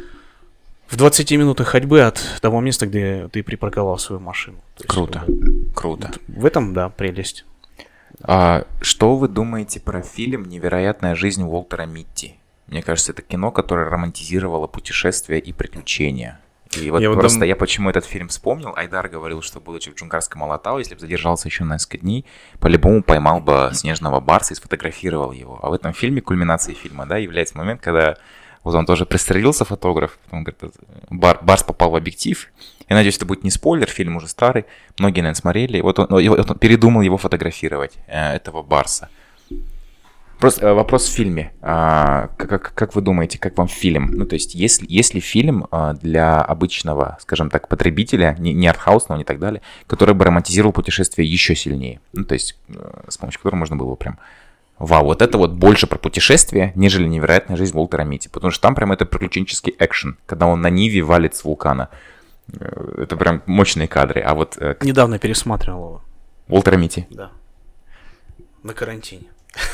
в двадцати минутах ходьбы от того места, где ты припарковал свою машину. То Круто, есть, круто. Вот в этом, да, прелесть. А, что вы думаете про фильм «Невероятная жизнь Уолтера Митти»? Мне кажется, это кино, которое романтизировало путешествия и приключения. И вот я просто вот дам... я почему этот фильм вспомнил. Айдар говорил, что, будучи в Джунгарском Алатау, если бы задержался еще на несколько дней, по-любому поймал бы снежного барса и сфотографировал его. А в этом фильме, кульминацией фильма, да, является момент, когда вот он тоже пристрелился, фотограф, потом говорит, бар, барс попал в объектив. Я надеюсь, это будет не спойлер, фильм уже старый, многие, наверное, смотрели. Вот он, вот он передумал его фотографировать, этого барса. Просто вопрос в фильме. А, как, как вы думаете, как вам фильм? Ну, то есть, есть, есть ли фильм для обычного, скажем так, потребителя, не, не артхаусного, не так далее, который бы романтизировал путешествие еще сильнее? Ну, то есть, с помощью которого можно было бы прям... Вау, вот это вот больше про путешествие, нежели «Невероятная жизнь Уолтера Митти». Потому что там прям это приключенческий экшен, когда он на Ниве валит с вулкана. Это прям мощные кадры. А вот... Недавно пересматривал его. Уолтера Митти? Да. На карантине.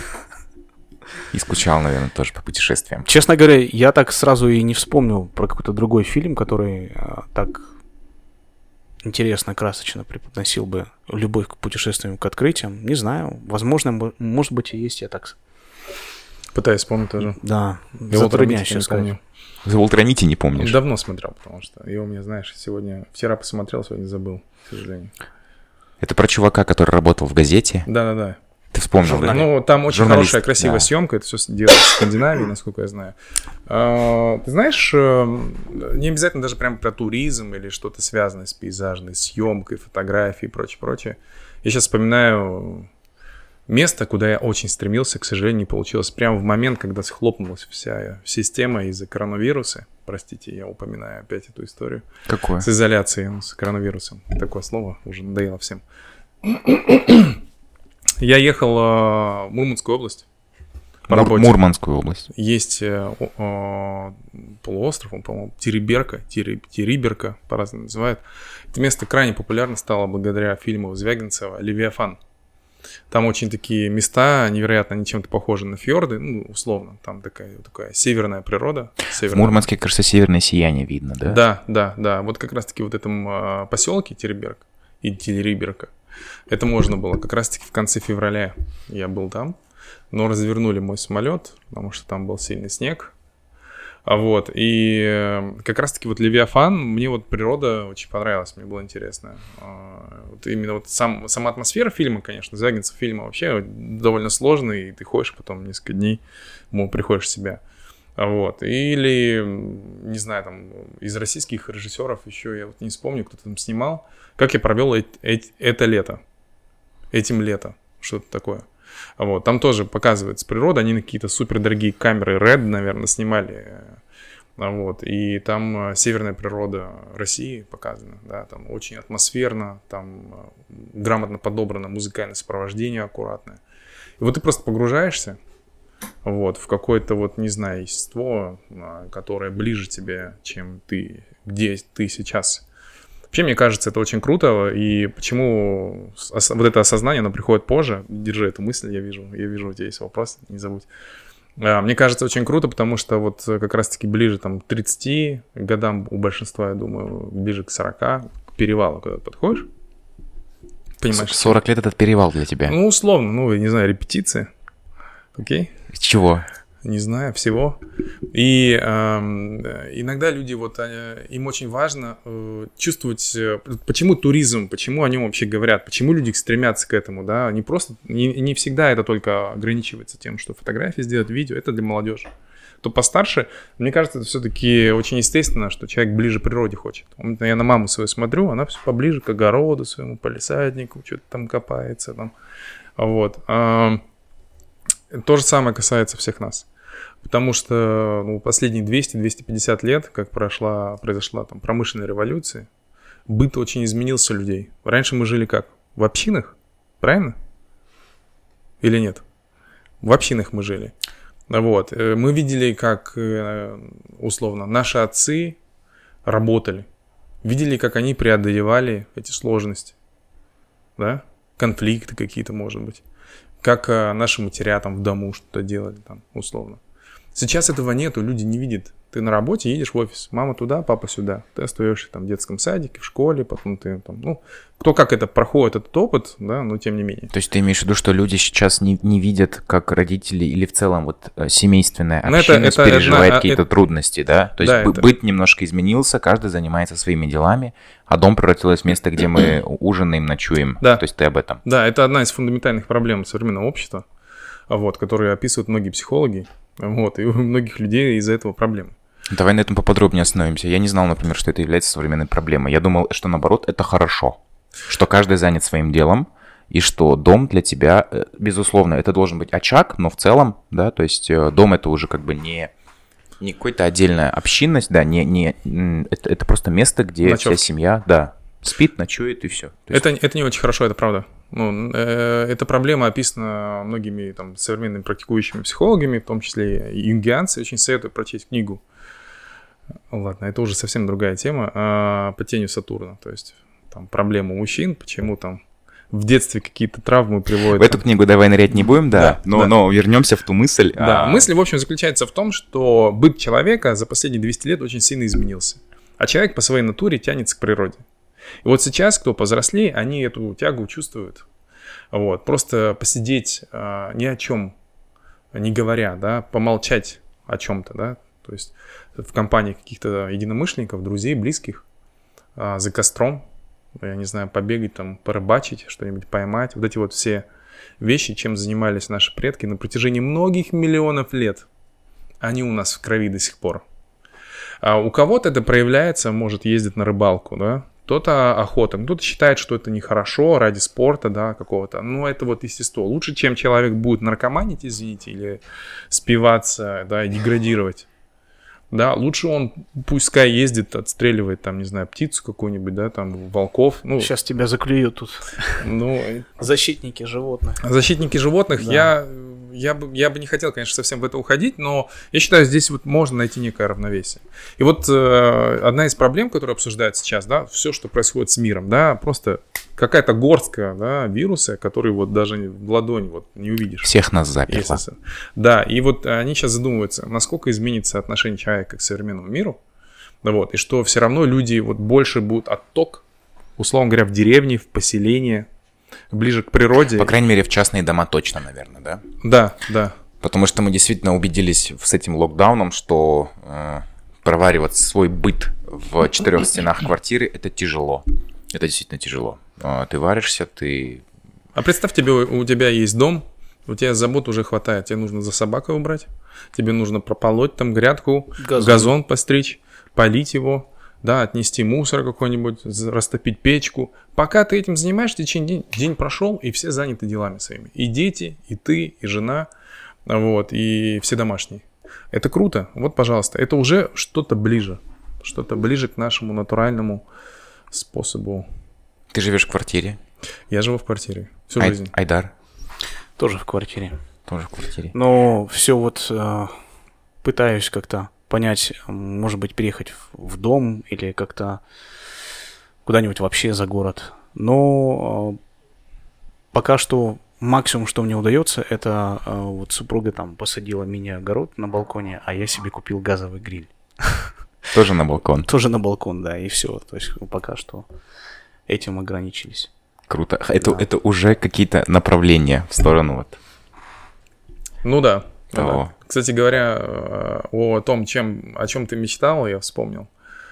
И скучал, наверное, тоже по путешествиям. Честно говоря, я так сразу и не вспомнил про какой-то другой фильм, который а, так интересно, красочно преподносил бы любовь к путешествиям, к открытиям. Не знаю. Возможно, может быть, и есть, я так... Пытаюсь вспомнить тоже. Да, затрудняюсь сейчас сказать. За Уолтера Митти не помнишь? Давно смотрел, потому что его, мне, знаешь, сегодня... Вчера посмотрел, сегодня забыл, к сожалению. Это про чувака, который работал в газете? Да-да-да. Ты вспомнил, да? Ну, там очень Журналист, хорошая, красивая да. съемка. Это все делается в Скандинавии, насколько я знаю. А, ты знаешь, не обязательно даже прям про туризм или что-то связанное с пейзажной съемкой, фотографией и прочее, прочее. Я сейчас вспоминаю место, куда я очень стремился, к сожалению, не получилось. Прямо в момент, когда схлопнулась вся система из-за коронавируса. Простите, я упоминаю опять эту историю. Какое? С изоляцией, с коронавирусом. Такое слово уже надоело всем. Я ехал э, в Мурманскую область по Мур- работе. Мурманскую область. Есть э, э, полуостров, он, по-моему, Териберка, Териб, Териберка, по-разному называют. Это место крайне популярно стало благодаря фильму Звягинцева «Левиафан». Там очень такие места, невероятно, они чем-то похожи на фьорды, ну, условно, там такая, такая северная природа. Северная. В Мурманске, кажется, северное сияние видно, да? Да, да, да. Вот как раз-таки вот в этом э, поселке Териберк и Териберка. Это можно было как раз-таки в конце февраля я был там, но развернули мой самолет, потому что там был сильный снег. А вот, и как раз-таки вот Левиафан, мне вот природа очень понравилась, мне было интересно. Вот именно вот сам, сама атмосфера фильма, конечно, Звягинцев фильма вообще довольно сложный, и ты ходишь потом несколько дней, мол, приходишь в себя. Вот, или, не знаю, там, из российских режиссеров еще, я вот не вспомню, кто там снимал, как я провел э- э- это лето, этим лето, что-то такое. Вот, там тоже показывается природа, они на какие-то супердорогие камеры Red, наверное, снимали, вот, и там северная природа России показана, да, там очень атмосферно, там грамотно подобрано музыкальное сопровождение аккуратное. И вот ты просто погружаешься, вот, в какое-то вот, не знаю, естество, которое ближе тебе, чем ты, где ты сейчас. Вообще, мне кажется, это очень круто, и почему вот это осознание, оно приходит позже. Держи эту мысль, я вижу, я вижу, у тебя есть вопрос, не забудь. Мне кажется, очень круто, потому что вот как раз-таки ближе там, к тридцати годам у большинства, я думаю, ближе к сорока, к перевалу, когда ты подходишь. Понимаешь? сорок лет этот перевал для тебя. Ну, условно, ну, я не знаю, репетиции. Окей? С чего? Не знаю, всего. И э, иногда люди, вот, э, им очень важно э, чувствовать, э, почему туризм, почему о нем вообще говорят, почему люди стремятся к этому, да, не просто, не, не всегда это только ограничивается тем, что фотографии сделать, видео, это для молодежи. Кто постарше, мне кажется, это все-таки очень естественно, что человек ближе к природе хочет. Я на маму свою смотрю, она все поближе к огороду своему, палисаднику, что-то там копается, там, вот. Э, то же самое касается всех нас. Потому что ну, последние двести - двести пятьдесят лет, как прошла, произошла там промышленная революция, быт очень изменился людей. Раньше мы жили как? В общинах, правильно? Или нет? В общинах мы жили. Вот. Мы видели, как, условно, наши отцы работали. Видели, как они преодолевали эти сложности. Да? Конфликты какие-то, может быть. Как наши матеря там в дому что-то делали, там, условно. Сейчас этого нету, люди не видят. Ты на работе едешь в офис, мама туда, папа сюда. Ты остаешься там в детском садике, в школе, потом ты там, ну, кто как это проходит, этот опыт, да, но тем не менее. То есть ты имеешь в виду, что люди сейчас не, не видят, как родители или в целом вот семейственная общинность это, это, переживает это, какие-то это, трудности, да? То есть да, бы, это... быт немножко изменился, каждый занимается своими делами, а дом превратилось в место, где мы ужинаем, ночуем. Да. То есть ты об этом. Да, это одна из фундаментальных проблем современного общества, вот, которые описывают многие психологи. Вот, и у многих людей из-за этого проблемы. Давай на этом поподробнее остановимся. Я не знал, например, что это является современной проблемой. Я думал, что наоборот, это хорошо. Что каждый занят своим делом, и что дом для тебя, безусловно, это должен быть очаг, но в целом, да, то есть дом это уже как бы не, не какая-то отдельная общинность, да, не, не, это, это просто место, где Ночевки. Вся семья, да, спит, ночует и все. Это, есть... это не очень хорошо, это правда. Ну, э, эта проблема описана многими там, современными практикующими психологами, в том числе и юнгианцы. Очень советую прочесть книгу. Ладно, это уже совсем другая тема. А, «По тенью Сатурна». То есть там проблема мужчин, почему там в детстве какие-то травмы приводят. В эту там... книгу давай нырять не будем, да, да, но, да. но вернемся в ту мысль. Да, а... мысль, в общем, заключается в том, что быт человека за последние двести лет очень сильно изменился. А человек по своей натуре тянется к природе. И вот сейчас, кто повзрослее, они эту тягу чувствуют. Вот. Просто посидеть а, ни о чем не говоря, да, помолчать о чем-то, да, то есть в компании каких-то единомышленников, друзей, близких, а, за костром, я не знаю, побегать там, порыбачить, что-нибудь поймать. Вот эти вот все вещи, чем занимались наши предки на протяжении многих миллионов лет, они у нас в крови до сих пор. А у кого-то это проявляется, может ездить на рыбалку, да, кто-то охота, кто-то считает, что это нехорошо ради спорта, да, какого-то. Но это вот естество. Лучше, чем человек будет наркоманить, извините, или спиваться, да, и деградировать. Да, лучше он пускай ездит, отстреливает там, не знаю, птицу какую-нибудь, да, там, волков. Ну, сейчас тебя заклюют тут. Ну, защитники животных. Защитники животных, да. я, я, бы, я бы не хотел, конечно, совсем в это уходить, но я считаю, здесь вот можно найти некое равновесие. И вот э, одна из проблем, которую обсуждают сейчас, да, все, что происходит с миром, да, просто какая-то горстка, да, вируса, который вот даже в ладонь вот не увидишь. Всех нас заперла. Да, и вот они сейчас задумываются, насколько изменится отношение человека к современному миру, вот, и что все равно люди вот больше будут отток, условно говоря, в деревне, в поселение, ближе к природе. По крайней мере, в частные дома точно, наверное, да? Да, да. Потому что мы действительно убедились с этим локдауном, что э, проваривать свой быт в четырех стенах квартиры – это тяжело. Это действительно тяжело. Ты варишься, ты... А представь, тебе, у тебя есть дом, у тебя забот уже хватает. Тебе нужно за собакой убрать, тебе нужно прополоть там грядку, газон, газон постричь, полить его, да, отнести мусор какой-нибудь, растопить печку. Пока ты этим занимаешься, в течение день, день прошел, и все заняты делами своими. И дети, и ты, и жена, вот, и все домашние. Это круто. Вот, пожалуйста, это уже что-то ближе. Что-то ближе к нашему натуральному способу. Ты живешь в квартире? Я живу в квартире всю Ай- жизнь. Айдар? Тоже в квартире. Тоже в квартире. Но все вот э, пытаюсь как-то понять, может быть, переехать в, в дом или как-то куда-нибудь вообще за город. Но э, пока что максимум, что мне удается, это э, вот супруга там посадила мини-огород на балконе, а я себе купил газовый гриль. Тоже на балкон. Тоже на балкон, да, и все. То есть пока что этим ограничились. Круто. Это, Да. это уже какие-то направления в сторону вот. Ну да. ну Того. да. Кстати говоря, э, о том, чем, о чем ты мечтал, я вспомнил,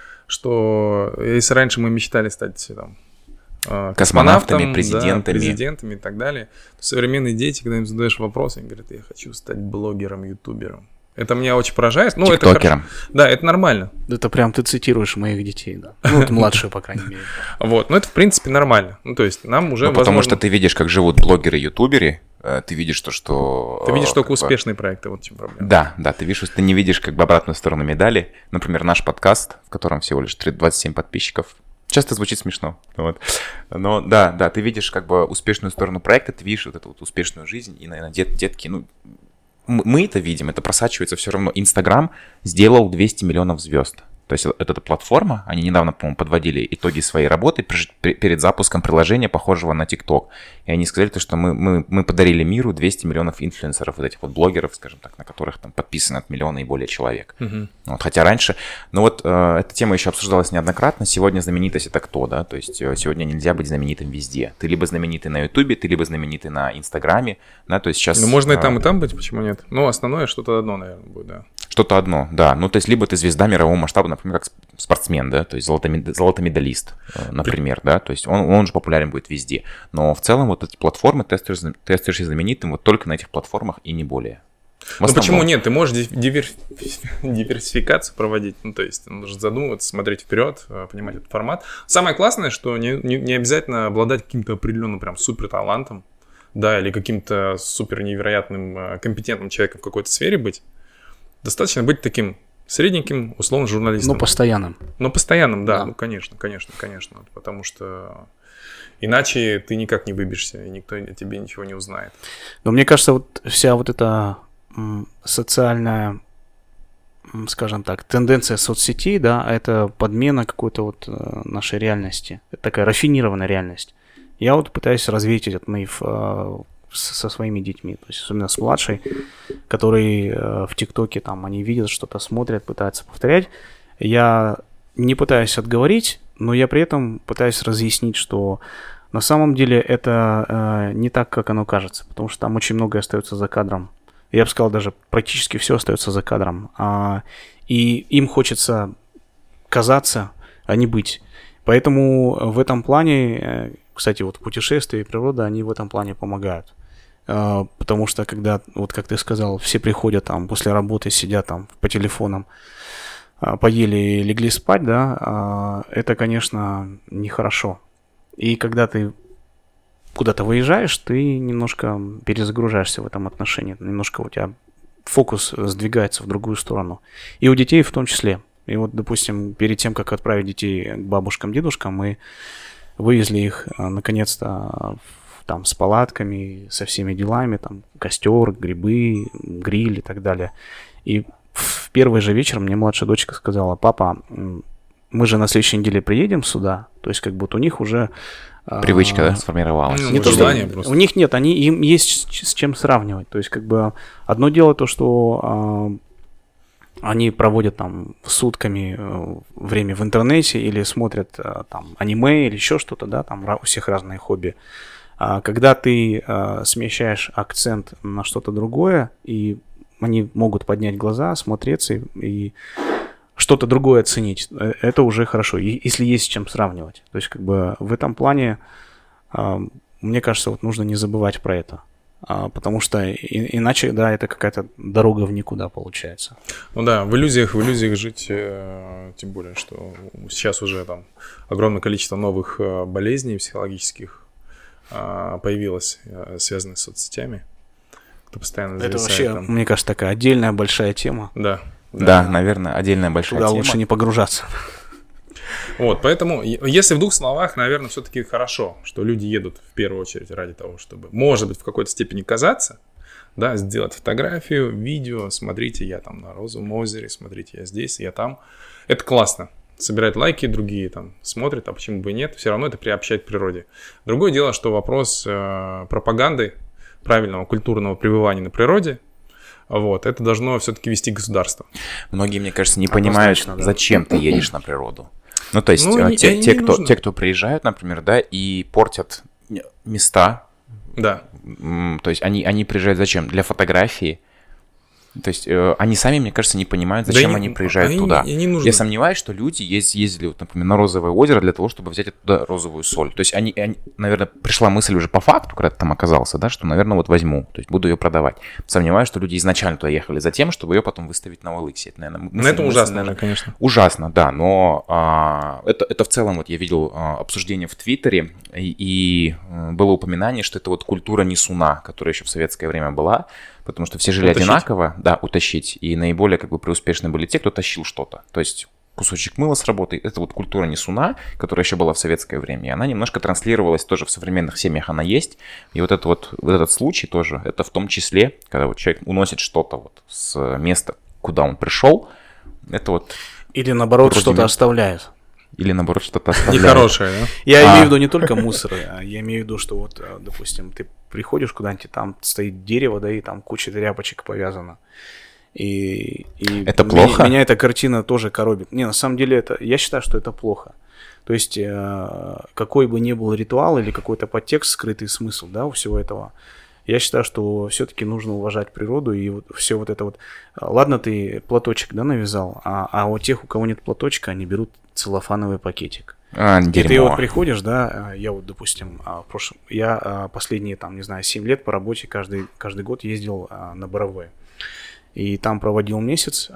что если раньше мы мечтали стать там, э, Космонавтами, космонавтом, президентами. да, президентами и так далее, то современные дети, когда им задаешь вопрос, они говорят, я хочу стать блогером, ютубером. Это меня очень поражает. Ну, это Тиктокером. хорошо. Да, это нормально. Это прям ты цитируешь моих детей, да. Ну, вот младшую, по крайней мере. Вот, но это в принципе нормально. Ну, то есть нам уже Ну, потому возможно- что ты видишь, как живут блогеры, ютуберы, э, ты видишь то, что... Ты видишь э, только как бы- успешные проекты, вот в чем проблема. Да, да, ты видишь, ты не видишь как бы обратную сторону медали. Например, наш подкаст, в котором всего лишь двадцать семь подписчиков. Часто звучит смешно. Вот. Но да, да, ты видишь как бы успешную сторону проекта, ты видишь вот эту вот успешную жизнь. И, наверное, дет, детки, ну, м- мы это видим, это просачивается все равно. Инстаграм сделал двести миллионов звезд. То есть это эта платформа, они недавно, по-моему, подводили итоги своей работы приж- пе- перед запуском приложения, похожего на TikTok. И они сказали, то, что мы, мы, мы подарили миру двести миллионов инфлюенсеров, вот этих вот блогеров, скажем так, на которых там подписано от миллиона и более человек. Мгм. Вот, хотя раньше, ну вот э, эта тема еще обсуждалась неоднократно. Сегодня знаменитость это кто, да? То есть э, сегодня нельзя быть знаменитым везде. Ты либо знаменитый на Ютубе, ты либо знаменитый на Инстаграме, да? То есть сейчас Ну, можно и э, там, и там быть, почему нет? Ну, основное что-то одно, наверное, будет, да. что-то одно, да. Ну то есть либо ты звезда мирового масштаба, например, как спортсмен, да, то есть золотомед- золотомедалист, э, например, да. То есть он, он же популярен будет везде. Но в целом вот эти платформы, ты остаешься ты остаешься знаменитым вот только на этих платформах и не более. В Ну основном. почему нет? Ты можешь див- дивер- диверсификацию проводить. Ну, то есть, нужно задумываться, смотреть вперед, э, понимать этот формат. Самое классное, что не, не, не обязательно обладать каким-то определенным прям супер талантом, да, или каким-то супер невероятным э, компетентным человеком в какой-то сфере быть. Достаточно быть таким средненьким, условно, журналистом. Ну, постоянным. Но постоянным, да, Да. ну, конечно, конечно, конечно. Потому что иначе ты никак не выбьешься, и никто о тебе ничего не узнает. Но мне кажется, вот вся вот эта м, социальная, м, скажем так, тенденция соцсетей, да, это подмена какой-то вот э, нашей реальности. Это такая рафинированная реальность. Я вот пытаюсь развеять этот миф э, с- со своими детьми, то есть особенно с младшей, которые э, в ТикТоке там, они видят что-то, смотрят, пытаются повторять. Я не пытаюсь отговорить, но я при этом пытаюсь разъяснить, что на самом деле это э, не так, как оно кажется, потому что там очень многое остается за кадром. Я бы сказал, даже практически все остается за кадром. А, и им хочется казаться, а не быть. Поэтому в этом плане, э, кстати, вот путешествия и природа, они в этом плане помогают. Э, потому что когда, вот как ты сказал, все приходят там после работы, сидят там по телефонам, э, поели и легли спать, да, э, это, конечно, нехорошо. И когда ты куда-то выезжаешь, ты немножко перезагружаешься в этом отношении. Немножко у тебя фокус сдвигается в другую сторону. И у детей в том числе. И вот, допустим, перед тем, как отправить детей к бабушкам, дедушкам, мы вывезли их, а, наконец-то, в- там, с палатками, со всеми делами, там, костер, грибы, гриль и так далее. И в первый же вечер мне младшая дочка сказала: папа, м, мы же на следующей неделе приедем сюда. То есть, как будто у них уже... а, Привычка, да, сформировалась. Ну, не то, что желание просто. у них нет, они, им есть с с чем сравнивать. То есть, как бы, одно дело то, что а, они проводят там сутками э, время в интернете или смотрят э, там аниме или еще что-то, да, там ра- у всех разные хобби. А когда ты э, смещаешь акцент на что-то другое, и они могут поднять глаза, смотреться и, и что-то другое оценить, э, это уже хорошо, и- если есть с чем сравнивать. То есть, как бы, в этом плане, а, мне кажется, вот нужно не забывать про это. А, потому что и- иначе, да, это какая-то дорога в никуда получается. Ну да, в иллюзиях, в иллюзиях жить, э, тем более, что сейчас уже там огромное количество новых э, болезней психологических э, появилось, э, связанных с соцсетями. Кто постоянно Это зависает вообще, там. мне кажется, такая отдельная большая тема. Да. Да, наверное, отдельная большая Туда тема. лучше не погружаться. Вот, поэтому, е- если в двух словах, наверное, все-таки хорошо, что люди едут в первую очередь ради того, чтобы, может быть, в какой-то степени казаться, да, сделать фотографию, видео, смотрите, я там на Розовом озере, смотрите, я здесь, я там. Это классно. Собирать лайки, другие там смотрят, а почему бы и нет, все равно это приобщает к природе. Другое дело, что вопрос э, пропаганды правильного культурного пребывания на природе, вот, это должно все-таки вести государство. Многие, мне кажется, не понимают, да. зачем ты едешь на природу. Ну, то есть, ну, те, не, те, не кто, те, кто приезжают, например, да, и портят места. Да. То есть, они, они приезжают зачем? Для фотографии. То есть, э, они сами, мне кажется, не понимают, зачем да они не, приезжают они, туда. Не, не Я сомневаюсь, что люди есть, ездили, вот, например, на Розовое озеро для того, чтобы взять оттуда розовую соль. То есть, они, они, наверное, пришла мысль уже по факту, когда ты там оказался, да, что, наверное, вот возьму, то есть, буду ее продавать. Сомневаюсь, что люди изначально туда ехали за тем, чтобы ее потом выставить на о эл икс. Это, наверное, мысль, это мысль, ужасно, наверное, да, конечно. Ужасно, да, но а, это, это в целом, вот я видел а, обсуждение в Твиттере, и, и а, было упоминание, что это вот культура несуна, которая еще в советское время была, потому что все жили утащить. одинаково, да, утащить, и наиболее как бы преуспешные были те, кто тащил что-то, то есть кусочек мыла с работы, это вот культура несуна, которая еще была в советское время, и она немножко транслировалась тоже в современных семьях, она есть, и вот, это вот, вот этот случай тоже, это в том числе, когда вот человек уносит что-то вот с места, куда он пришел, это вот... Или наоборот что-то оставляет. Или наоборот что-то оставляет. Нехорошее, да? Я а. имею в виду не только мусор, а я имею в виду, что вот, допустим, ты приходишь куда-нибудь, и там стоит дерево, да, и там куча тряпочек повязана. И, и это плохо? Меня, меня эта картина тоже коробит. Не, на самом деле, это, я считаю, что это плохо. То есть, э, какой бы ни был ритуал или какой-то подтекст, скрытый смысл, да, у всего этого, я считаю, что все-таки нужно уважать природу и вот все вот это вот. Ладно, ты платочек, да, навязал, а, а у тех, у кого нет платочка, они берут целлофановый пакетик. А, и ты вот приходишь, да, я вот, допустим, в прошлом, я последние, там, не знаю, семь лет по работе каждый, каждый год ездил на Боровое. И там проводил месяц,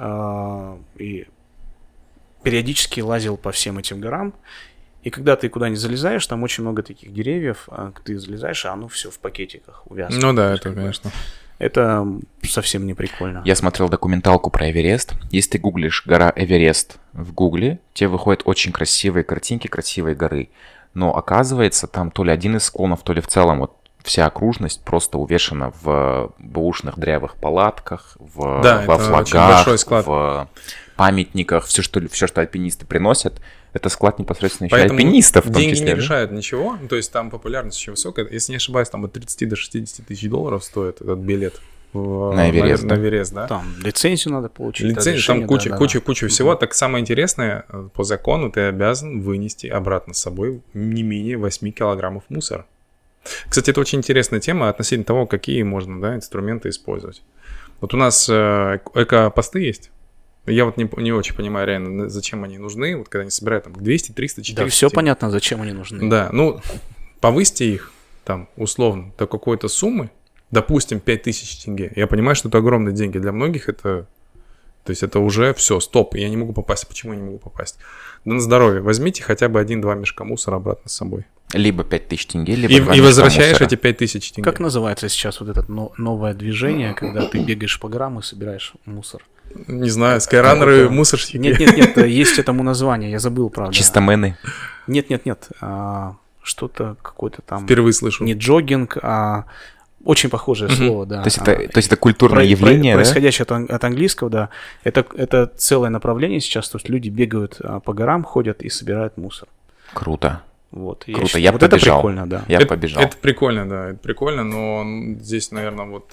и периодически лазил по всем этим горам. И когда ты куда-нибудь залезаешь, там очень много таких деревьев, ты залезаешь, а оно все в пакетиках увязано. Ну да, это, конечно. Это совсем не прикольно. Я смотрел документалку про Эверест. Если ты гуглишь гора Эверест в гугле, тебе выходят очень красивые картинки красивой горы. Но оказывается, там то ли один из склонов, то ли в целом вот вся окружность просто увешана в бэушных дырявых палатках, в, да, во флагах, в памятниках, все что, все, что альпинисты приносят. Это склад непосредственно еще Поэтому альпинистов в том деньги числе. не решают ничего, то есть там популярность очень высокая. Если не ошибаюсь, там от тридцати до шестидесяти тысяч долларов стоит этот билет в, на Эверест. На, на Эверест, да? Там лицензию надо получить. Лицензию, там куча, да, куча, да. куча всего. Mm-hmm. Так самое интересное, по закону ты обязан вынести обратно с собой не менее восемь килограммов мусора. Кстати, это очень интересная тема относительно того, какие можно, да, инструменты использовать. Вот у нас э, эко-посты есть. Я вот не, не очень понимаю реально, зачем они нужны, вот когда они собирают там двести, триста, четыреста. Да, все понятно, зачем они нужны. Да, ну, повысьте их там условно до какой-то суммы, допустим, пять тысяч тенге. Я понимаю, что это огромные деньги, для многих это, то есть это уже все, стоп, я не могу попасть. Почему я не могу попасть? Да на здоровье, возьмите хотя бы один-два мешка мусора обратно с собой. Либо пять тысяч тенге, либо И, и возвращаешь мусора. Эти пять тысяч тенге. Как называется сейчас вот это новое движение, когда ты бегаешь по горам и собираешь мусор? Не знаю, скайранеры, мусорщики. Нет, нет, нет, есть этому название, я забыл, правда. Чистомены. Нет, нет, нет, а, что-то какое-то там. Впервые слышу. Не джогинг, а очень похожее mm-hmm. слово, да. То есть, это, а, то есть это культурное про, явление, про, да? Происходящее от, от английского, да. Это, это целое направление сейчас, то есть люди бегают по горам, ходят и собирают мусор. Круто. Вот, Круто, я, считаю, я вот побежал. Это прикольно, да. Я это, побежал. Это прикольно, да, это прикольно, но здесь, наверное, вот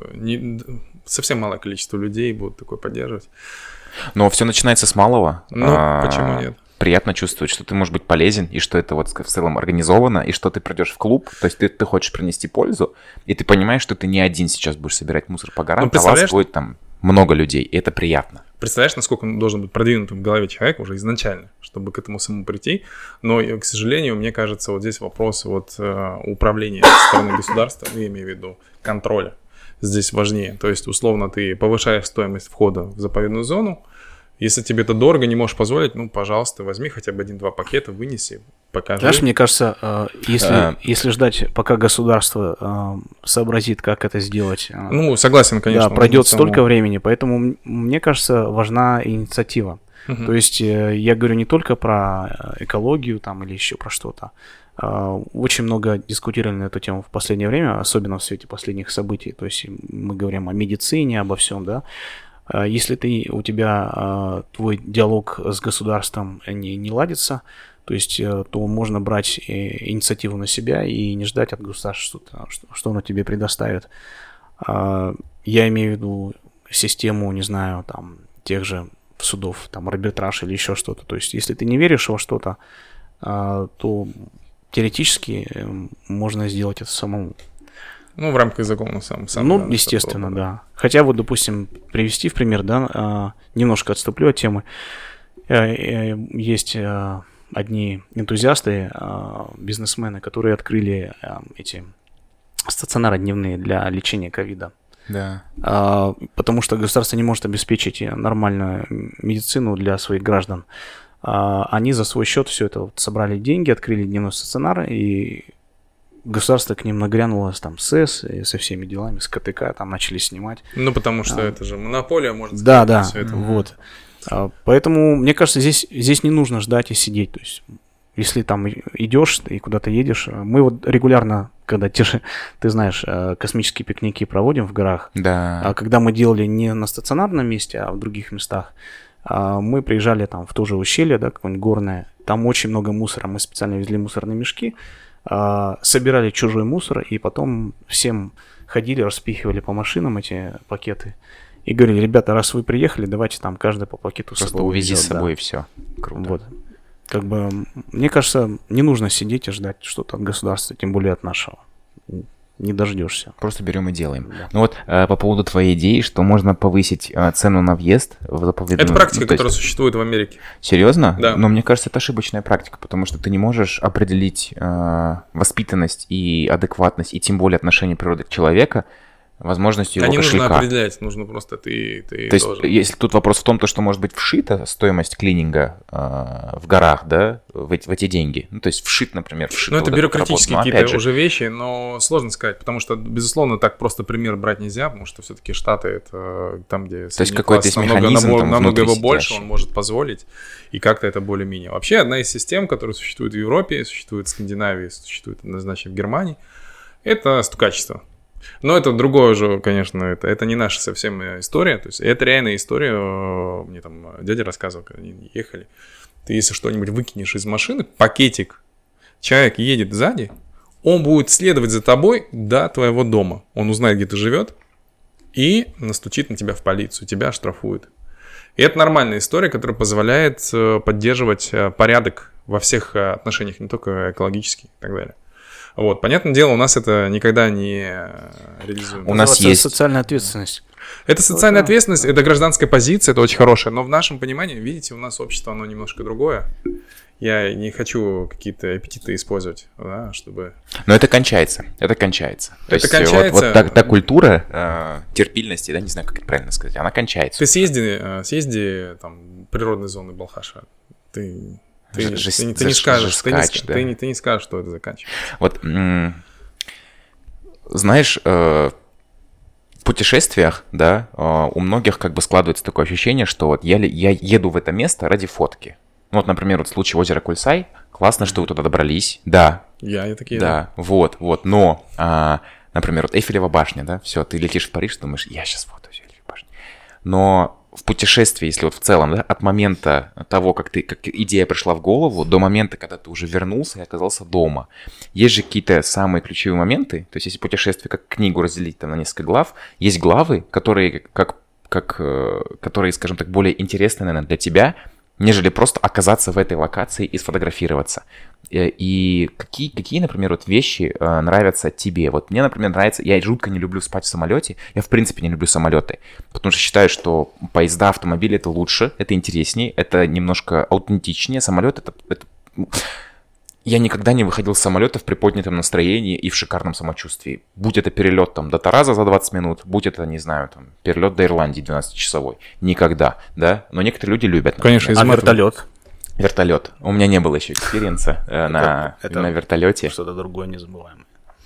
не, совсем малое количество людей будут такое поддерживать. Но все начинается с малого. Ну, а, почему нет? Приятно чувствовать, что ты можешь быть полезен, и что это вот в целом организовано, и что ты придешь в клуб, то есть ты, ты хочешь принести пользу, и ты понимаешь, что ты не один сейчас будешь собирать мусор по горам, ну, а вас будет там много людей, и это приятно. Представляешь, насколько он должен быть продвинутым в голове человека уже изначально, чтобы к этому самому прийти. Но, к сожалению, мне кажется, вот здесь вопрос вот, э, управления со стороны государства, я имею в виду контроля, здесь важнее. То есть, условно, ты повышаешь стоимость входа в заповедную зону. Если тебе это дорого, не можешь позволить, ну, пожалуйста, возьми хотя бы один-два пакета, вынеси, покажи. Знаешь, мне кажется, если, а... если ждать, пока государство сообразит, как это сделать, ну, согласен, конечно, да, пройдет столько времени, поэтому, мне кажется, важна инициатива. Uh-huh. То есть я говорю не только про экологию там, или еще про что-то. Очень много дискутировали на эту тему в последнее время, особенно в свете последних событий. То есть мы говорим о медицине, обо всем, да. Если ты, у тебя твой диалог с государством не, не ладится, то есть то можно брать инициативу на себя и не ждать от государства, что, что оно тебе предоставит. Я имею в виду систему, не знаю, там, тех же судов, там, арбитраж или еще что-то. То есть если ты не веришь во что-то, то теоретически можно сделать это самому. Ну, в рамках закона сам. сам ну, естественно, да. Хотя вот, допустим, привести в пример, да, немножко отступлю от темы. Есть одни энтузиасты, бизнесмены, которые открыли эти стационары дневные для лечения ковида. Да. Потому что государство не может обеспечить нормальную медицину для своих граждан. Они за свой счет все это вот собрали деньги, открыли дневной стационар, и государство к ним нагрянуло там с СЭС и со всеми делами, с КТК, там начали снимать. Ну, потому что а, это же монополия, можно сказать. Да, да, все это. Вот. Поэтому, мне кажется, здесь, здесь не нужно ждать и сидеть. То есть, если там идешь и куда-то едешь, мы вот регулярно, когда те же, ты знаешь, космические пикники проводим в горах, да. А когда мы делали не на стационарном месте, а в других местах, мы приезжали там в то же ущелье, да, какое-нибудь горное, там очень много мусора, мы специально везли мусорные мешки, собирали чужой мусор и потом всем ходили, распихивали по машинам эти пакеты и говорили: ребята, раз вы приехали, давайте там каждый по пакету с собой. Просто увези с собой, да. И все. Круто. Вот. Как бы, мне кажется, не нужно сидеть и ждать что-то от государства, тем более от нашего. Не дождешься. Просто берем и делаем. Да. Ну вот э, по поводу твоей идеи, что можно повысить э, цену на въезд в заповедную... Это практика, ну, которая есть... существует в Америке. Серьезно? Да. Но мне кажется, это ошибочная практика, потому что ты не можешь определить э, воспитанность и адекватность, и тем более отношение природы к человеку возможностью его а кошелька. Не нужно определять, нужно просто ты, ты То есть, должен... если тут вопрос в том, то, что может быть вшита стоимость клининга э, в горах, да, в эти, в эти деньги. Ну, то есть вшит, например, вшит. Ну, это вот бюрократические какие-то же... уже вещи, но сложно сказать, потому что, безусловно, так просто пример брать нельзя, потому что все-таки Штаты — это там, где то есть какой-то есть намного, механизм намного, там намного его сидящий. больше, он может позволить, и как-то это более-менее. Вообще, одна из систем, которая существует в Европе, существует в Скандинавии, существует однозначно в Германии, это стукачество. Но это другое уже, конечно, это, это не наша совсем история. То есть это реальная история. Мне там дядя рассказывал, когда они ехали. Ты если что-нибудь выкинешь из машины, пакетик, человек едет сзади, он будет следовать за тобой до твоего дома. Он узнает, где ты живет, и настучит на тебя в полицию, тебя оштрафуют. И это нормальная история, которая позволяет поддерживать порядок во всех отношениях, не только экологический и так далее. Вот, понятное дело, у нас это никогда не реализуемо. У нас есть социальная ответственность. Это социальная ответственность, это гражданская позиция, это очень хорошая. Но в нашем понимании, видите, у нас общество, оно немножко другое. Я не хочу какие-то эпитеты использовать, да, чтобы... Но это кончается, это кончается. То это есть кончается... Вот, вот та, та культура э, терпильности, да, не знаю, как это правильно сказать, она кончается. Ты съезди, съезди там, природной зоны Балхаша, ты... Ты, Жест, ты, ты, не скажешь, скач, ты, не, да? ты, не, ты не скажешь, что это заканчивается. Вот, м- знаешь, э- в путешествиях, да, э- у многих как бы складывается такое ощущение, что вот я, я еду в это место ради фотки. Ну, вот, например, вот в случае озера Кульсай, классно, что вы туда добрались, да. Я, я такие, да. Да, вот, вот, но, а, например, вот Эйфелева башня, да, все, ты летишь в Париж, думаешь, я сейчас фотографирую Эйфелеву башню. Но в путешествии, если вот в целом, да, от момента того, как ты, как идея пришла в голову, до момента, когда ты уже вернулся и оказался дома, есть же какие-то самые ключевые моменты. То есть, если путешествие как книгу разделить там на несколько глав, есть главы, которые, как, как, которые, скажем так, более интересны, наверное, для тебя, нежели просто оказаться в этой локации и сфотографироваться. И какие, какие, например, вот вещи э, нравятся тебе? Вот мне, например, нравится... Я жутко не люблю спать в самолете. Я, в принципе, не люблю самолеты. Потому что считаю, что поезда, автомобили — это лучше, это интереснее, это немножко аутентичнее. Самолет — это... это... Я никогда не выходил с самолета в приподнятом настроении и в шикарном самочувствии. Будь это перелет там до Тараза за двадцать минут, будь это, не знаю, там, перелет до Ирландии двенадцатичасовой. Никогда, да? Но некоторые люди любят. Например. Конечно, из а вертолет? Вертолет. У меня не было еще экспириенса э, на, на вертолете. Что-то другое незабываемое.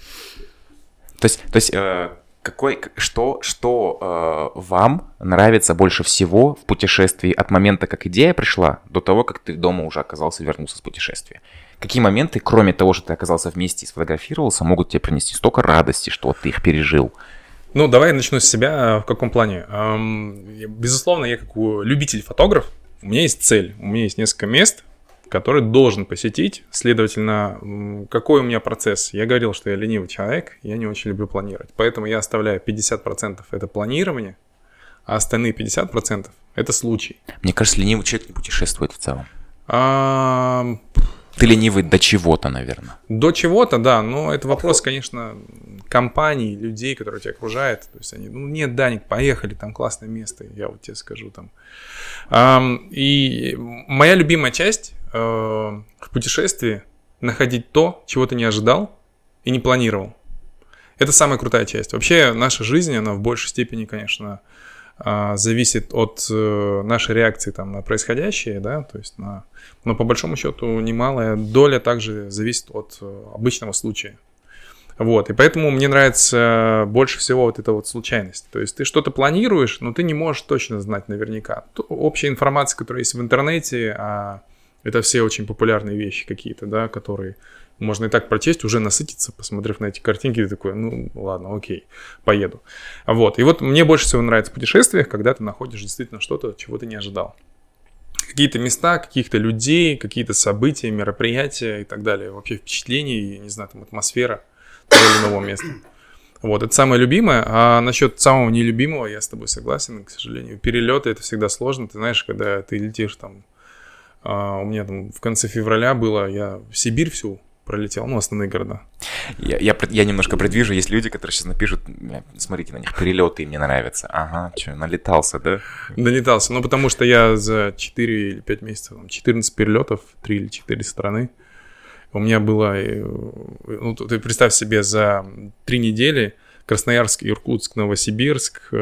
То есть, то есть э, какой, что, что э, вам нравится больше всего в путешествии от момента, как идея пришла, до того, как ты дома уже оказался, вернулся с путешествия? Какие моменты, кроме того, что ты оказался вместе и сфотографировался, могут тебе принести столько радости, что ты их пережил? Ну, давай я начну с себя. В каком плане? Эм, безусловно, я как любитель-фотограф, у меня есть цель. У меня есть несколько мест, который должен посетить. Следовательно, какой у меня процесс? Я говорил, что я ленивый человек, я не очень люблю планировать. Поэтому я оставляю пятьдесят процентов это планирование, а остальные пятьдесят процентов это случай. Мне кажется, ленивый человек не путешествует в целом. А... Ты ленивый до чего-то, наверное. До чего-то, да, но это вопрос, конечно, компаний, людей, которые тебя окружают. То есть они, ну нет, Даник, поехали, там классное место, я вот тебе скажу там. И моя любимая часть в путешествии — находить то, чего ты не ожидал и не планировал. Это самая крутая часть. Вообще наша жизнь, она в большей степени, конечно, зависит от нашей реакции там, на происходящее, да, то есть на... но по большому счету немалая доля также зависит от обычного случая. Вот, и поэтому мне нравится больше всего вот эта вот случайность. То есть ты что-то планируешь, но ты не можешь точно знать наверняка. Общая информация, которая есть в интернете, а это все очень популярные вещи какие-то, да, которые можно и так прочесть, уже насытиться, посмотрев на эти картинки, ты такой, ну ладно, окей, поеду. Вот, и вот мне больше всего нравится в путешествиях, когда ты находишь действительно что-то, чего ты не ожидал. Какие-то места, каких-то людей, какие-то события, мероприятия и так далее. Вообще впечатления, не знаю, там атмосфера того или иного места. Вот, это самое любимое. А насчет самого нелюбимого я с тобой согласен, к сожалению. Перелеты — это всегда сложно. Ты знаешь, когда ты летишь там... А, у меня там в конце февраля было, я в Сибирь всю пролетел, ну, основные города. Я, я, я немножко предвижу, есть люди, которые сейчас напишут, смотрите на них, перелеты, мне нравятся. Ага, что, налетался, да? Налетался, ну, потому что я за четыре или пять месяцев, там, четырнадцать перелетов, три или четыре страны. У меня было, ну, ты представь себе, за три недели Красноярск, Иркутск, Новосибирск,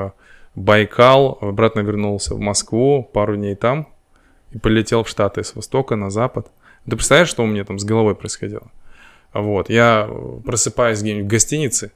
Байкал, обратно вернулся в Москву, пару дней там и полетел в Штаты с востока на запад. Ты представляешь, что у меня там с головой происходило? Вот, я просыпаюсь где-нибудь в гостинице,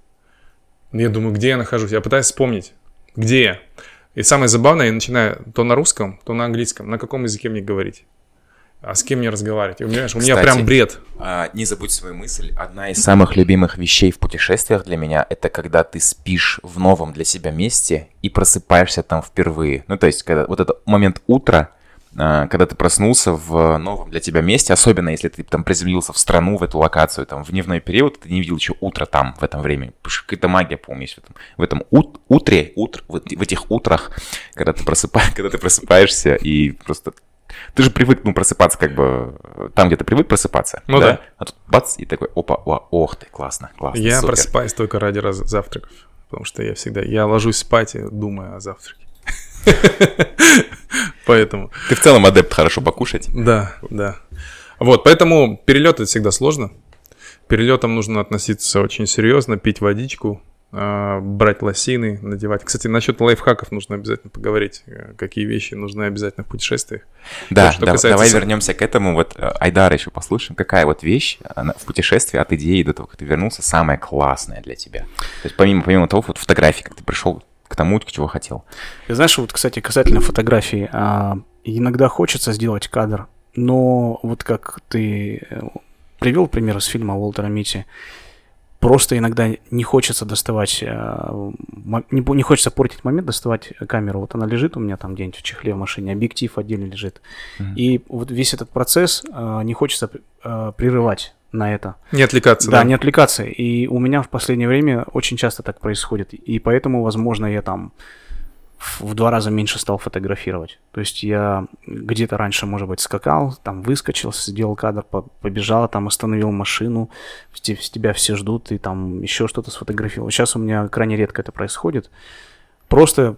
я думаю, где я нахожусь, я пытаюсь вспомнить, где я. И самое забавное, я начинаю то на русском, то на английском, на каком языке мне говорить. А с кем мне разговаривать? И, понимаешь, у меня Кстати, прям бред. А, не забудь свою мысль. Одна из самых любимых вещей в путешествиях для меня — это когда ты спишь в новом для себя месте и просыпаешься там впервые. Ну, то есть, когда вот этот момент утра, а, когда ты проснулся в новом для тебя месте, особенно если ты там приземлился в страну, в эту локацию, там, в дневной период, ты не видел еще утро там, в этом времени. Потому что какая-то магия, по-моему, есть в этом, в этом ут, утре, утр, в, в этих утрах, когда ты, просыпа, когда ты просыпаешься и просто... Ты же привык, ну, просыпаться как бы там, где ты привык просыпаться. Ну да. да. А тут бац, и такой, опа, о, ох ты, классно, классно, Я супер. просыпаюсь только ради раз- завтраков, потому что я всегда, я ложусь спать и думаю о завтраке. Поэтому... Ты в целом адепт хорошо покушать. Да, да. Вот, поэтому перелеты всегда сложно. К перелетам нужно относиться очень серьезно, пить водичку, брать лосины, надевать. Кстати, насчет лайфхаков нужно обязательно поговорить, какие вещи нужны обязательно в путешествиях. Да, вот, да касается... давай вернемся к этому. Вот Айдара еще послушаем. Какая вот вещь в путешествии от идеи до того, как ты вернулся, самая классная для тебя? То есть помимо, помимо того, вот фотографий, как ты пришел к тому, к чего хотел. И знаешь, вот, кстати, касательно фотографий, а, иногда хочется сделать кадр, но вот как ты привел пример из фильма Уолтера Митти, просто иногда не хочется доставать, не, не хочется портить момент, доставать камеру. Вот она лежит у меня там где-нибудь в чехле в машине, объектив отдельно лежит. Mm-hmm. И вот весь этот процесс не хочется прерывать на это. Не отвлекаться, да? Да, не отвлекаться. И у меня в последнее время очень часто так происходит. И поэтому, возможно, я там в два раза меньше стал фотографировать. То есть я где-то раньше, может быть, скакал, там выскочил, сделал кадр, побежал, там остановил машину, с тебя все ждут, и там еще что-то сфотографировал. Сейчас у меня крайне редко это происходит. Просто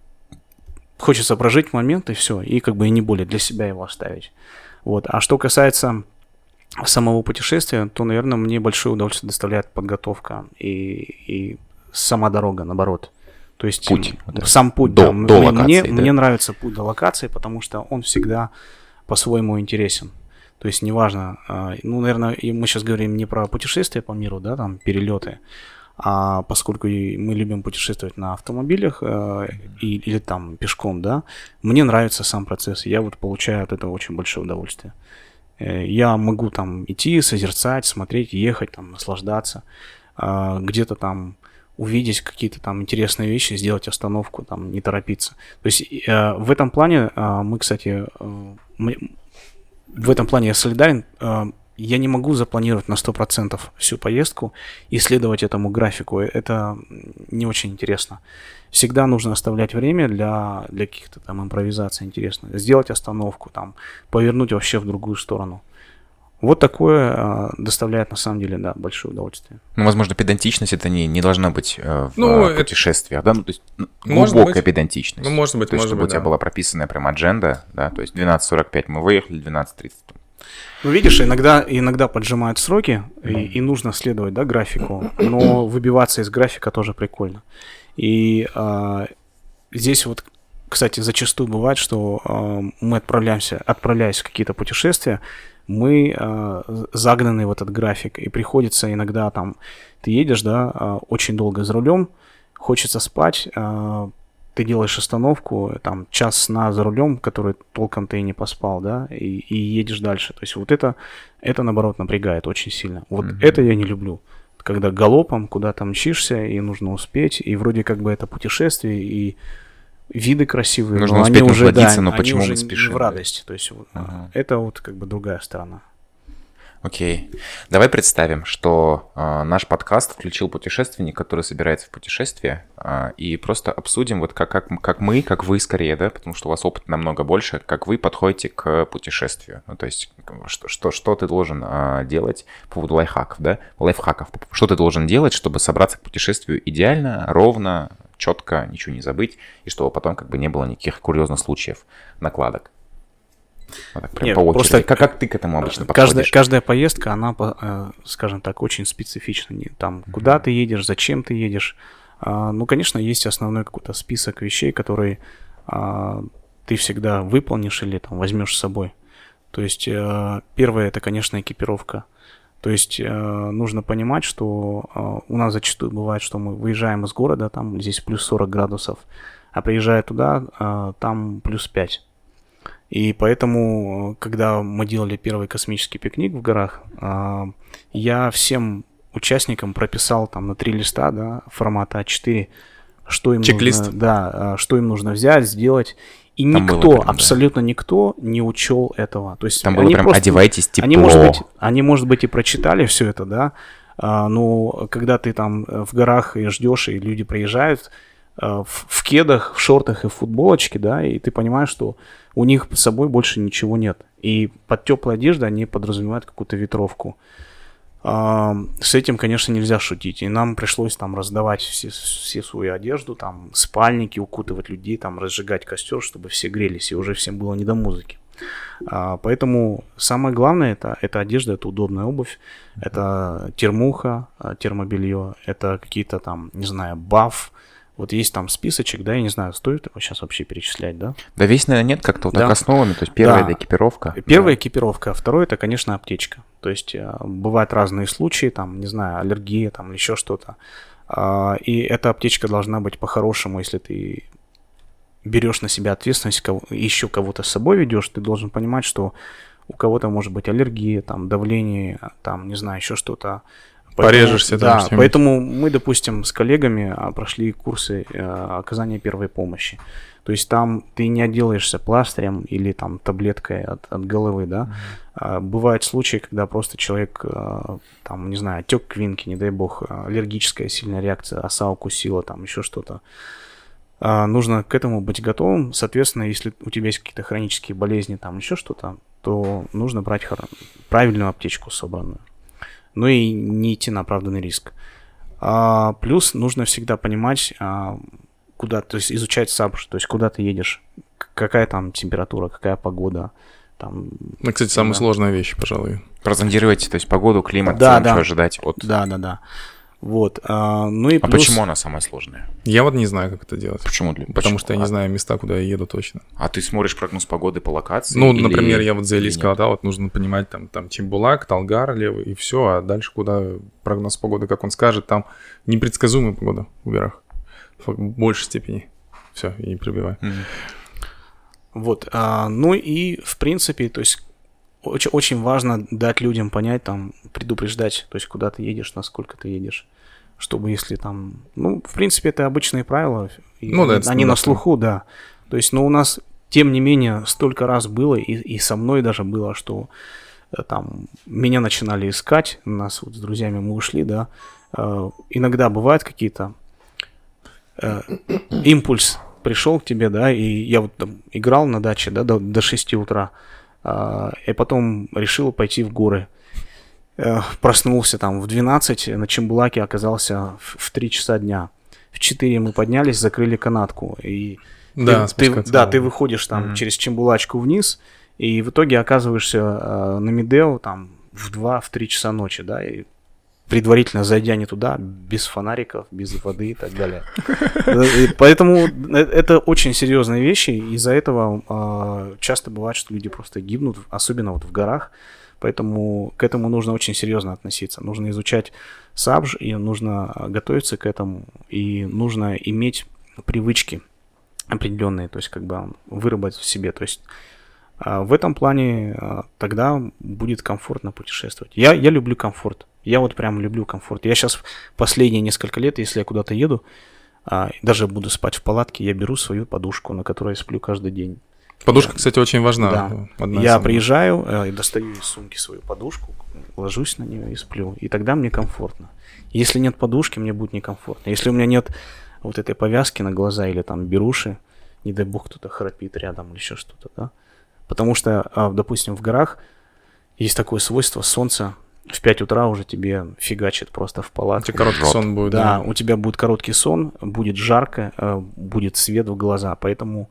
хочется прожить момент, и все, и как бы и не более для себя его оставить. Вот. А что касается самого путешествия, то, наверное, мне большое удовольствие доставляет подготовка и, и сама дорога, наоборот. То есть путь, сам путь, до, да. До мне, локации, да. Мне нравится путь до локации, потому что он всегда по-своему интересен. То есть неважно, ну, наверное, мы сейчас говорим не про путешествия по миру, да, там, перелеты, а поскольку мы любим путешествовать на автомобилях э, и, или там пешком, да, мне нравится сам процесс, я вот получаю от этого очень большое удовольствие. Я могу там идти, созерцать, смотреть, ехать, там, наслаждаться, э, где-то там увидеть какие-то там интересные вещи, сделать остановку, там, не торопиться. То есть э, в этом плане э, мы, кстати, э, мы, в этом плане я солидарен. Я не могу запланировать на сто процентов всю поездку и следовать этому графику. Это не очень интересно. Всегда нужно оставлять время для, для каких-то там импровизаций интересных. Сделать остановку, там, повернуть вообще в другую сторону. Вот такое э, доставляет на самом деле, да, большое удовольствие. Ну, возможно, педантичность это не, не должна быть э, в ну, э, путешествиях, это... да? Ну, то есть может глубокая быть. педантичность. Ну, может быть, то есть, может чтобы быть, у тебя да. была прописанная прям адженда, да, то есть двенадцать сорок пять мы выехали, двенадцать тридцать. Ну, видишь, иногда, иногда поджимают сроки, и, и нужно следовать, да, графику, но выбиваться из графика тоже прикольно. И э, здесь вот, кстати, зачастую бывает, что э, мы отправляемся, отправляясь в какие-то путешествия, мы э, загнаны в этот график, и приходится иногда там, ты едешь, да, э, очень долго за рулем, хочется спать, э, ты делаешь остановку, там, час сна за рулем, который толком ты и не поспал, да, и, и едешь дальше. То есть вот это, это, наоборот, напрягает очень сильно. Вот mm-hmm. это я не люблю. Когда галопом куда-то мчишься, и нужно успеть, и вроде как бы это путешествие, и виды красивые, нужно но успеть они уже, да, но они почему уже мы спешим? Не в радость. То есть ага. это вот как бы другая сторона. Окей. Давай представим, что э, наш подкаст включил путешественник, который собирается в путешествие, э, и просто обсудим, вот как, как, как мы, как вы скорее, да, потому что у вас опыт намного больше, как вы подходите к путешествию. Ну, то есть, что, что, что ты должен э, делать по поводу лайфхаков, да, лайфхаков. Что ты должен делать, чтобы собраться к путешествию идеально, ровно, четко, ничего не забыть, и чтобы потом как бы не было никаких курьезных случаев, накладок. Вот так, прям Нет, по очереди. просто Как, как ты к этому обычно каждая, подходишь? каждая поездка, она, скажем так, очень специфична. Там, mm-hmm. куда ты едешь, зачем ты едешь. Ну, конечно, есть основной какой-то список вещей, которые ты всегда выполнишь или там возьмешь с собой. То есть первое, это, конечно, экипировка. То есть нужно понимать, что у нас зачастую бывает, что мы выезжаем из города, там здесь плюс сорок градусов, а приезжая туда, там плюс пять. И поэтому, когда мы делали первый космический пикник в горах, я всем участникам прописал там на три листа, да, формата а четыре, что им чек-лист. нужно, да, что им нужно взять, сделать. И там никто, прям, абсолютно да. никто не учел этого. То есть там они было прям просто, одевайтесь тепло. Они, может быть, они, может быть, и прочитали все это, да, а, но когда ты там в горах и ждешь, и люди приезжают а, в, в кедах, в шортах и в футболочке, да, и ты понимаешь, что у них с собой больше ничего нет. И под теплой одеждой они подразумевают какую-то ветровку. А, с этим, конечно, нельзя шутить. И нам пришлось там раздавать все, все свою одежду, там спальники, укутывать людей, там разжигать костер, чтобы все грелись, и уже всем было не до музыки. А, поэтому самое главное это, это одежда, это удобная обувь, mm-hmm. это термуха, термобелье, это какие-то там, не знаю, баф. Вот есть там списочек, да, я не знаю, стоит его сейчас вообще перечислять, да? Да весь, наверное, нет, как-то вот да. так основами, то есть первая да. это экипировка. Первая да. экипировка, а второе это, конечно, аптечка. То есть бывают разные случаи, там, не знаю, аллергия, там, или еще что-то. И эта аптечка должна быть по-хорошему, если ты берешь на себя ответственность, еще кого-то с собой ведешь, ты должен понимать, что у кого-то может быть аллергия, там, давление, там, не знаю, еще что-то. Поэтому, порежешься да, там. Поэтому мы, допустим, с коллегами прошли курсы э, оказания первой помощи. То есть там ты не отделаешься пластырем или там таблеткой от, от головы, да. Mm-hmm. А, бывают случаи, когда просто человек, э, там, не знаю, отек квинки, не дай бог, аллергическая сильная реакция, оса укусила, там еще что-то. А, нужно к этому быть готовым. Соответственно, если у тебя есть какие-то хронические болезни, там еще что-то, то нужно брать хор- правильную аптечку собранную. Ну и не идти на оправданный риск. А, плюс нужно всегда понимать, а, куда, то есть изучать САП, то есть куда ты едешь, какая там температура, какая погода. Там, ну, кстати, самая да. сложная вещь, пожалуй. Прозондировать, то есть погоду, климат, да, цену, да. что ожидать от... Да, да, да. Вот. А, ну и а плюс... почему она самая сложная? Я вот не знаю, как это делать. Почему? Потому почему? что я не а... знаю места, куда я еду точно. А ты смотришь прогноз погоды по локации? Ну, или... например, я вот за Элей сказал, да, вот нужно понимать, там, там Чембулак, Талгар, левый, и все, а дальше куда прогноз погоды, как он скажет, там непредсказуемая погода в горах. В большей степени. Все, и не пробивай. Mm-hmm. Вот. А, ну и, в принципе, то есть очень, очень важно дать людям понять, там, предупреждать, то есть куда ты едешь, насколько ты едешь. Чтобы если там... Ну, в принципе, это обычные правила. Ну, да, они на слуху, да. То есть, ну, у нас тем не менее, столько раз было, и, и со мной даже было, что э, там меня начинали искать, у нас вот с друзьями мы ушли, да, э, иногда бывают какие-то э, импульс пришел к тебе, да, и я вот там играл на даче, да, до, до шести утра, э, и потом решил пойти в горы. Э, проснулся там в двенадцать, на Чембулаке оказался в, в три часа дня. В четыре мы поднялись, закрыли канатку, и да, ты, ты, да, ты выходишь там mm-hmm. через Чембулачку вниз, и в итоге оказываешься э, на Медео там в два-три часа ночи, да, и предварительно зайдя не туда, без фонариков, без воды и так далее. Поэтому это очень серьезные вещи, из-за этого часто бывает, что люди просто гибнут, особенно вот в горах, поэтому к этому нужно очень серьезно относиться. Нужно изучать САБЖ, и нужно готовиться к этому, и нужно иметь привычки определенные, то есть как бы выработать в себе, то есть в этом плане тогда будет комфортно путешествовать. Я, я люблю комфорт. Я вот прям люблю комфорт. Я сейчас последние несколько лет, если я куда-то еду, даже буду спать в палатке, я беру свою подушку, на которой я сплю каждый день. Подушка, я, кстати, очень важна. Да. Я приезжаю, и достаю из сумки свою подушку, ложусь на нее и сплю. И тогда мне комфортно. Если нет подушки, мне будет некомфортно. Если у меня нет вот этой повязки на глаза или там беруши, не дай бог кто-то храпит рядом или еще что-то, да. Потому что, допустим, в горах есть такое свойство, солнце в пять утра уже тебе фигачит просто в палатку. У тебя короткий сон будет. Да, да, у тебя будет короткий сон, будет жарко, будет свет в глаза, поэтому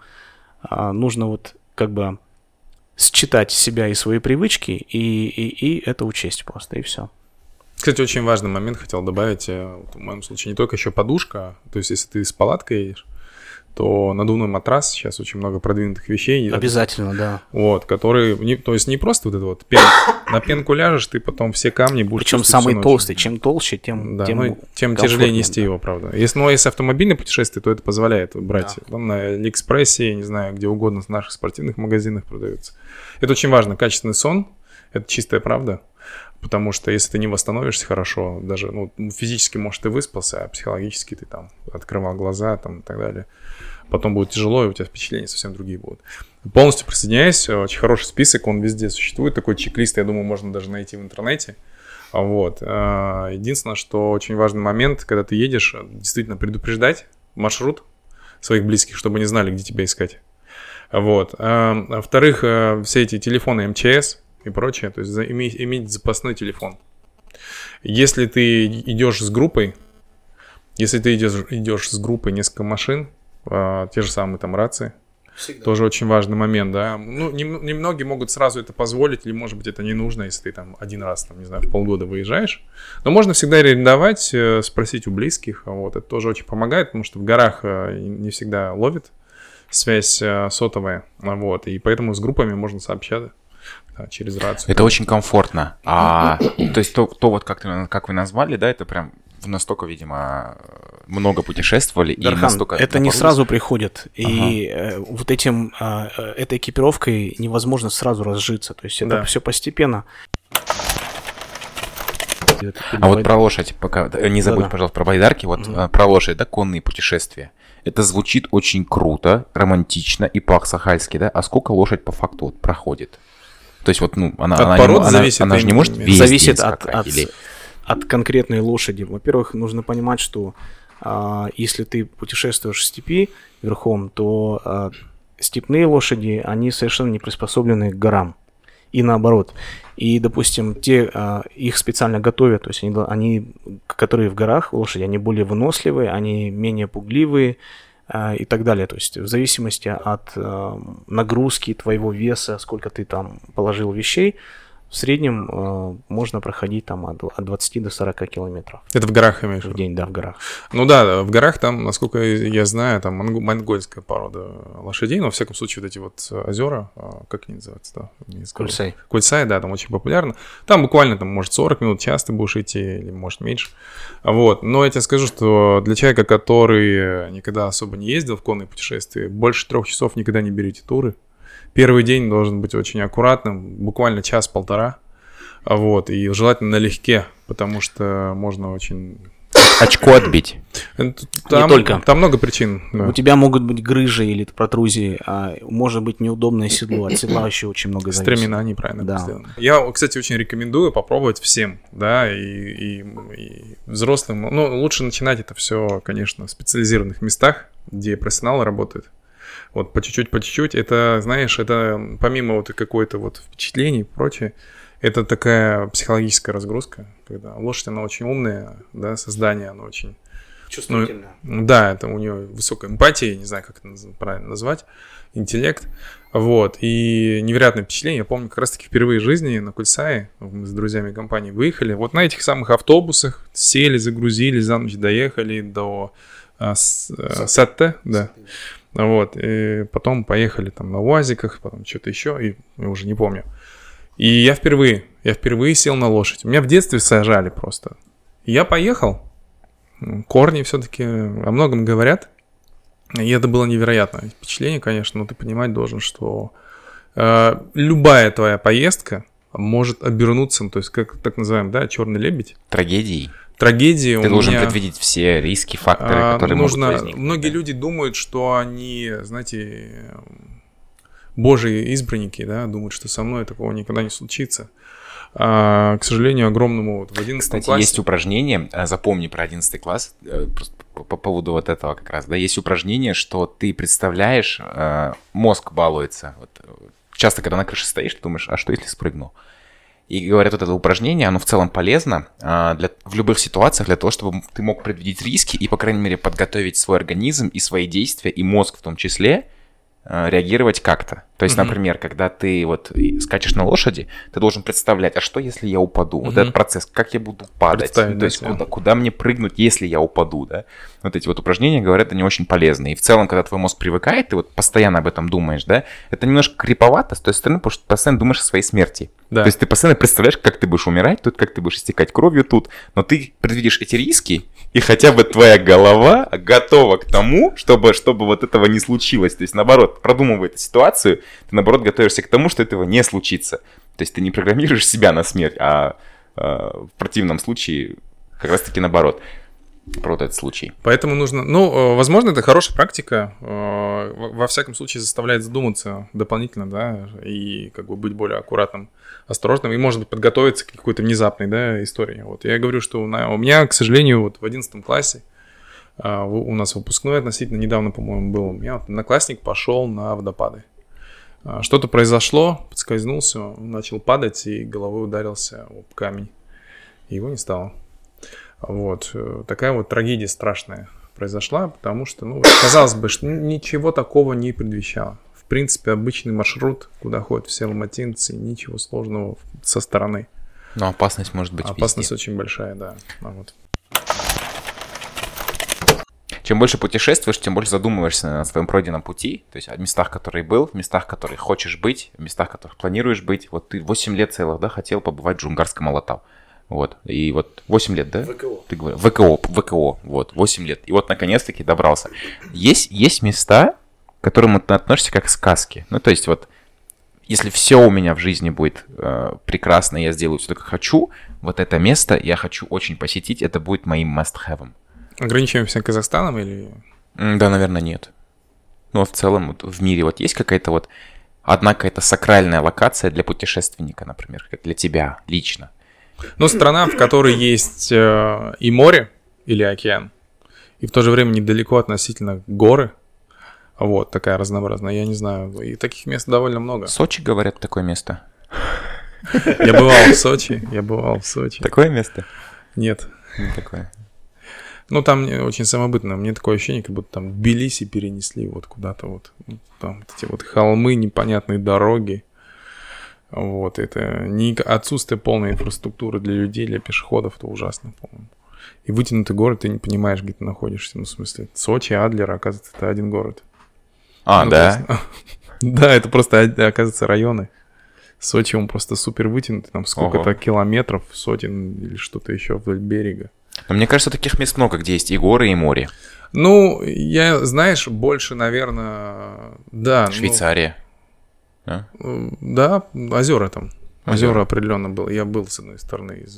нужно вот как бы считать себя и свои привычки и, и, и это учесть просто, и все. Кстати, очень важный момент хотел добавить. В моем случае не только еще подушка, то есть если ты с палаткой едешь, то надувной матрас, сейчас очень много продвинутых вещей. Обязательно, да. Вот, которые, не, то есть не просто вот это вот, пен, на пенку ляжешь, ты потом все камни будешь Причем самый толстый, чем толще, тем, да, тем, ну, тем тяжелее нести да. его, правда. Если, но если автомобильное путешествие, то это позволяет брать. Да. Там на Алиэкспрессе, не знаю, где угодно, в наших спортивных магазинах продается. Это очень важно, качественный сон, это чистая правда. Потому что если ты не восстановишься хорошо, даже ну, физически, может, ты выспался, а психологически ты там открывал глаза там, и так далее. Потом будет тяжело, и у тебя впечатления совсем другие будут. Полностью присоединяюсь. Очень хороший список, он везде существует. Такой чек-лист, я думаю, можно даже найти в интернете. Вот. Единственное, что очень важный момент, когда ты едешь, действительно предупреждать маршрут своих близких, чтобы они знали, где тебя искать. Вот. А, во-вторых, все эти телефоны эм че эс и прочее, то есть иметь, иметь запасной телефон. Если ты идешь с группой, если ты идешь, идешь с группой несколько машин, а, те же самые там рации, всегда. Тоже очень важный момент, да. Ну, немногие не могут сразу это позволить, или, может быть, это не нужно, если ты там один раз, там, не знаю, в полгода выезжаешь. Но можно всегда арендовать, спросить у близких, вот, это тоже очень помогает, потому что в горах не всегда ловит связь сотовая, вот, и поэтому с группами можно сообщаться. Да, через рацию. Это очень комфортно. А, то есть то, то вот как, ты, как вы назвали, да, это прям настолько, видимо, много путешествовали. Дархан, и настолько это не сразу приходит. Ага. И э, вот этим, э, этой экипировкой невозможно сразу разжиться. То есть это да. все постепенно. А вот про лошадь, пока не забудь, да, да. пожалуйста, про байдарки. Вот угу. про лошадь, да, конные путешествия. Это звучит очень круто, романтично и по-аксахальски, да? А сколько лошадь по факту вот проходит? То есть вот, ну, она, от она, пород она, зависит, она, она же не может весь зависит день от, от, или... от конкретной лошади. Во-первых, нужно понимать, что а, если ты путешествуешь в степи верхом, то а, степные лошади, они совершенно не приспособлены к горам. И наоборот. И, допустим, те, а, их специально готовят, то есть они, они, которые в горах лошади, они более выносливые, они менее пугливые, и так далее. То есть в зависимости от э, нагрузки, твоего веса, сколько ты там положил вещей, в среднем э, можно проходить там от, от двадцати до сорока километров. Это в горах имеешь в виду? В день, да, в горах. Ну да, в горах там, насколько я знаю, там монгольская порода лошадей, но во всяком случае вот эти вот озера, как они называются? Да? Кульсай. Кульсай, да, там очень популярно. Там буквально, там, может, сорок минут, час ты будешь идти, или может меньше. Вот, но я тебе скажу, что для человека, который никогда особо не ездил в конные путешествия, больше трех часов никогда не берите туры. Первый день должен быть очень аккуратным, буквально час-полтора, вот, и желательно налегке, потому что можно очень очко отбить. Там, Не только. Там много причин. Да. У тебя могут быть грыжи или протрузии, а может быть неудобное седло. От седла еще очень много зависит. Стремена неправильно Да. сделаны. Я, кстати, очень рекомендую попробовать всем, да, и, и, и взрослым. Ну, лучше начинать это все, конечно, в специализированных местах, где профессионалы работают. Вот по чуть-чуть, по чуть-чуть. Это, знаешь, это помимо вот какой-то вот впечатлений и прочее, это такая психологическая разгрузка, когда лошадь, она очень умная, да, создание, оно очень... Чувствительно. Ну, да, это у нее высокая эмпатия, я не знаю, как это правильно назвать, интеллект, вот, и невероятное впечатление. Я помню, как раз-таки впервые в жизни на Кульсае мы с друзьями компании выехали, вот на этих самых автобусах сели, загрузили, за ночь доехали до а, с, а, Сатте, да, вот, и потом поехали там на УАЗиках, потом что-то еще, и я уже не помню. И я впервые, я впервые сел на лошадь. Меня в детстве сажали просто. И я поехал. Корни все-таки о многом говорят. И это было невероятное впечатление, конечно, но ты понимать должен, что э, любая твоя поездка может обернуться, ну, то есть как так называемый, да, черный лебедь. Трагедией. Трагедии. Ты у должен меня, предвидеть все риски, факторы, а, которые нужно, могут возникнуть. Многие да. люди думают, что они, знаете, божьи избранники, да, думают, что со мной такого никогда не случится. А, к сожалению, огромному вот в одиннадцатом Кстати, классе... есть упражнение, запомни про одиннадцатый класс, просто по, по поводу вот этого как раз, да, есть упражнение, что ты представляешь, мозг балуется. Вот, часто, когда на крыше стоишь, ты думаешь, а что если спрыгну? И говорят, вот это упражнение, оно в целом полезно для, в любых ситуациях для того, чтобы ты мог предвидеть риски и, по крайней мере, подготовить свой организм и свои действия, и мозг в том числе, реагировать как-то. То есть, mm-hmm. например, когда ты вот скачешь на лошади, ты должен представлять, а что, если я упаду? Mm-hmm. Вот этот процесс, как я буду падать? То есть, куда, куда мне прыгнуть, если я упаду, да? Вот эти вот упражнения, говорят, они очень полезны. И в целом, когда твой мозг привыкает, ты вот постоянно об этом думаешь, да? Это немножко криповато с той стороны, потому что ты постоянно думаешь о своей смерти. Да. То есть, ты постоянно представляешь, как ты будешь умирать тут, как ты будешь истекать кровью тут, но ты предвидишь эти риски, и хотя бы твоя голова готова к тому, чтобы, чтобы вот этого не случилось. То есть, наоборот, продумывая эту ситуацию, ты, наоборот, готовишься к тому, что этого не случится. То есть, ты не программируешь себя на смерть, а, а в противном случае как раз-таки наоборот. Про вот этот случай. Поэтому нужно... Ну, возможно, это хорошая практика. Во всяком случае, заставляет задуматься дополнительно, да, и как бы быть более аккуратным, осторожным, и, может быть, подготовиться к какой-то внезапной, да, истории. Вот. Я говорю, что у меня, к сожалению, вот в одиннадцатом классе, у нас выпускной относительно недавно, по-моему, был, у меня вот одноклассник пошел на водопады. Что-то произошло, подскользнулся, он начал падать и головой ударился об камень. И его не стало. Вот, такая вот трагедия страшная произошла, потому что, ну, казалось бы, что ничего такого не предвещало. В принципе, обычный маршрут, куда ходят все алматинцы, ничего сложного со стороны. Но опасность может быть Опасность везде. очень большая, да. А вот. Чем больше путешествуешь, тем больше задумываешься на своем пройденном пути, то есть о местах, которые был, в местах, в которых хочешь быть, в местах, в которых планируешь быть. Вот ты восемь лет целых, да, хотел побывать в Джунгарском Алатау. Вот, и вот восемь лет, да? ВКО. Ты говорил, ВКО, ВКО, вот, восемь лет. И вот, наконец-таки, добрался. Есть, есть места, к которым ты относишься как к сказке. Ну, то есть, вот, если все у меня в жизни будет э, прекрасно, я сделаю все, как хочу, вот это место я хочу очень посетить, это будет моим must-have. Ограничиваемся Казахстаном или... Да, наверное, нет. Но в целом, вот, в мире вот есть какая-то вот, одна какая-то сакральная локация для путешественника, например, как для тебя лично. Ну, страна, в которой есть э, и море, или океан, и в то же время недалеко относительно горы. Вот, такая разнообразная, я не знаю. И таких мест довольно много. Сочи, говорят, такое место. Я бывал в Сочи, я бывал в Сочи. Такое место? Нет. Не такое. Ну, там очень самобытно. Мне такое ощущение, как будто там Тбилиси перенесли вот куда-то вот. Там вот эти вот холмы, непонятные дороги. Вот, это не отсутствие полной инфраструктуры для людей, для пешеходов, это ужасно, по-моему. И вытянутый город, ты не понимаешь, где ты находишься. Ну, в смысле, Сочи, Адлер, оказывается, это один город. А, ну, да? Просто... да, это просто, оказывается, районы. Сочи, он просто супер вытянутый, там сколько-то Ого. километров, сотен или что-то еще вдоль берега. Но мне кажется, таких мест много, где есть и горы, и море. Ну, я, знаешь, больше, наверное, да. Швейцария. Ну, да, озера там. Озера определенно было. Я был, с одной стороны, из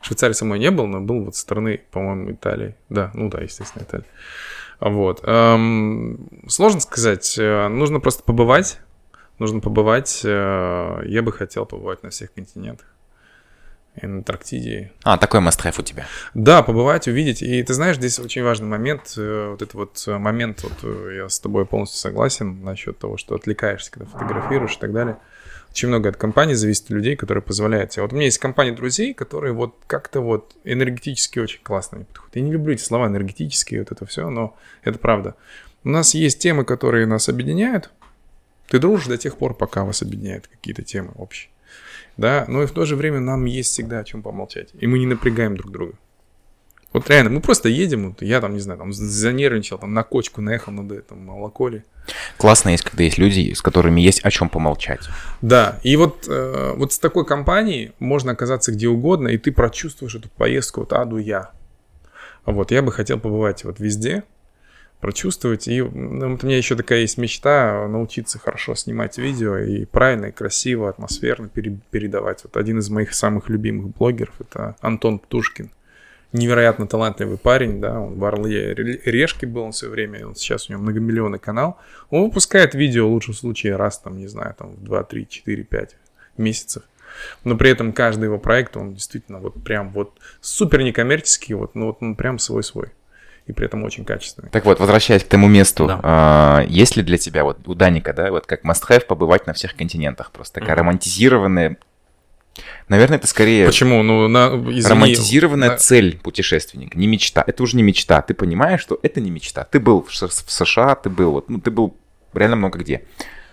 Швейцарии со мной не был, но был вот со стороны, по-моему, Италии. Да, ну да, естественно, Италия. Вот. Эм, сложно сказать. Нужно просто побывать. Нужно побывать. Я бы хотел побывать на всех континентах. И на Антарктиде. А, такой must-have у тебя. Да, побывать, увидеть. И ты знаешь, здесь очень важный момент. Вот этот вот момент, вот я с тобой полностью согласен насчет того, что отвлекаешься, когда фотографируешь и так далее. Очень много от компании зависит, людей, которые позволяют тебе. Вот у меня есть компания друзей, которые вот как-то вот энергетически очень классно подходят. Я не люблю эти слова энергетические, вот это все, но это правда. У нас есть темы, которые нас объединяют. Ты дружишь до тех пор, пока вас объединяют какие-то темы общие. Да, но и в то же время нам есть всегда о чем помолчать. И мы не напрягаем друг друга. Вот реально, мы просто едем, вот, я там, не знаю, там занервничал, там на кочку наехал над этим молоколе. Классно есть, когда есть люди, с которыми есть о чем помолчать. Да, и вот, э, вот с такой компанией можно оказаться где угодно, и ты прочувствуешь эту поездку вот аду я. Вот, я бы хотел побывать вот везде, прочувствовать. И ну, вот у меня еще такая есть мечта научиться хорошо снимать видео и правильно, и красиво, атмосферно пере- передавать. Вот один из моих самых любимых блогеров — это Антон Птушкин. Невероятно талантливый парень, да, он в Орле Решке был он все время, он сейчас у него многомиллионный канал. Он выпускает видео в лучшем случае раз, там, не знаю, там, в два, три, четыре, пять месяцев. Но при этом каждый его проект, он действительно вот прям вот супер некоммерческий, вот, ну вот он прям свой-свой. И при этом очень качественный. Так вот, возвращаясь к тому месту, Да. а, есть ли для тебя, вот у Даника, да, вот как must-have побывать на всех континентах? Просто такая mm-hmm. романтизированная, наверное, это скорее... Почему? Ну, на, извини, романтизированная на... цель путешественника, не мечта. Это уже не мечта. Ты понимаешь, что это не мечта. Ты был в США, ты был, вот, ну, ты был реально много где.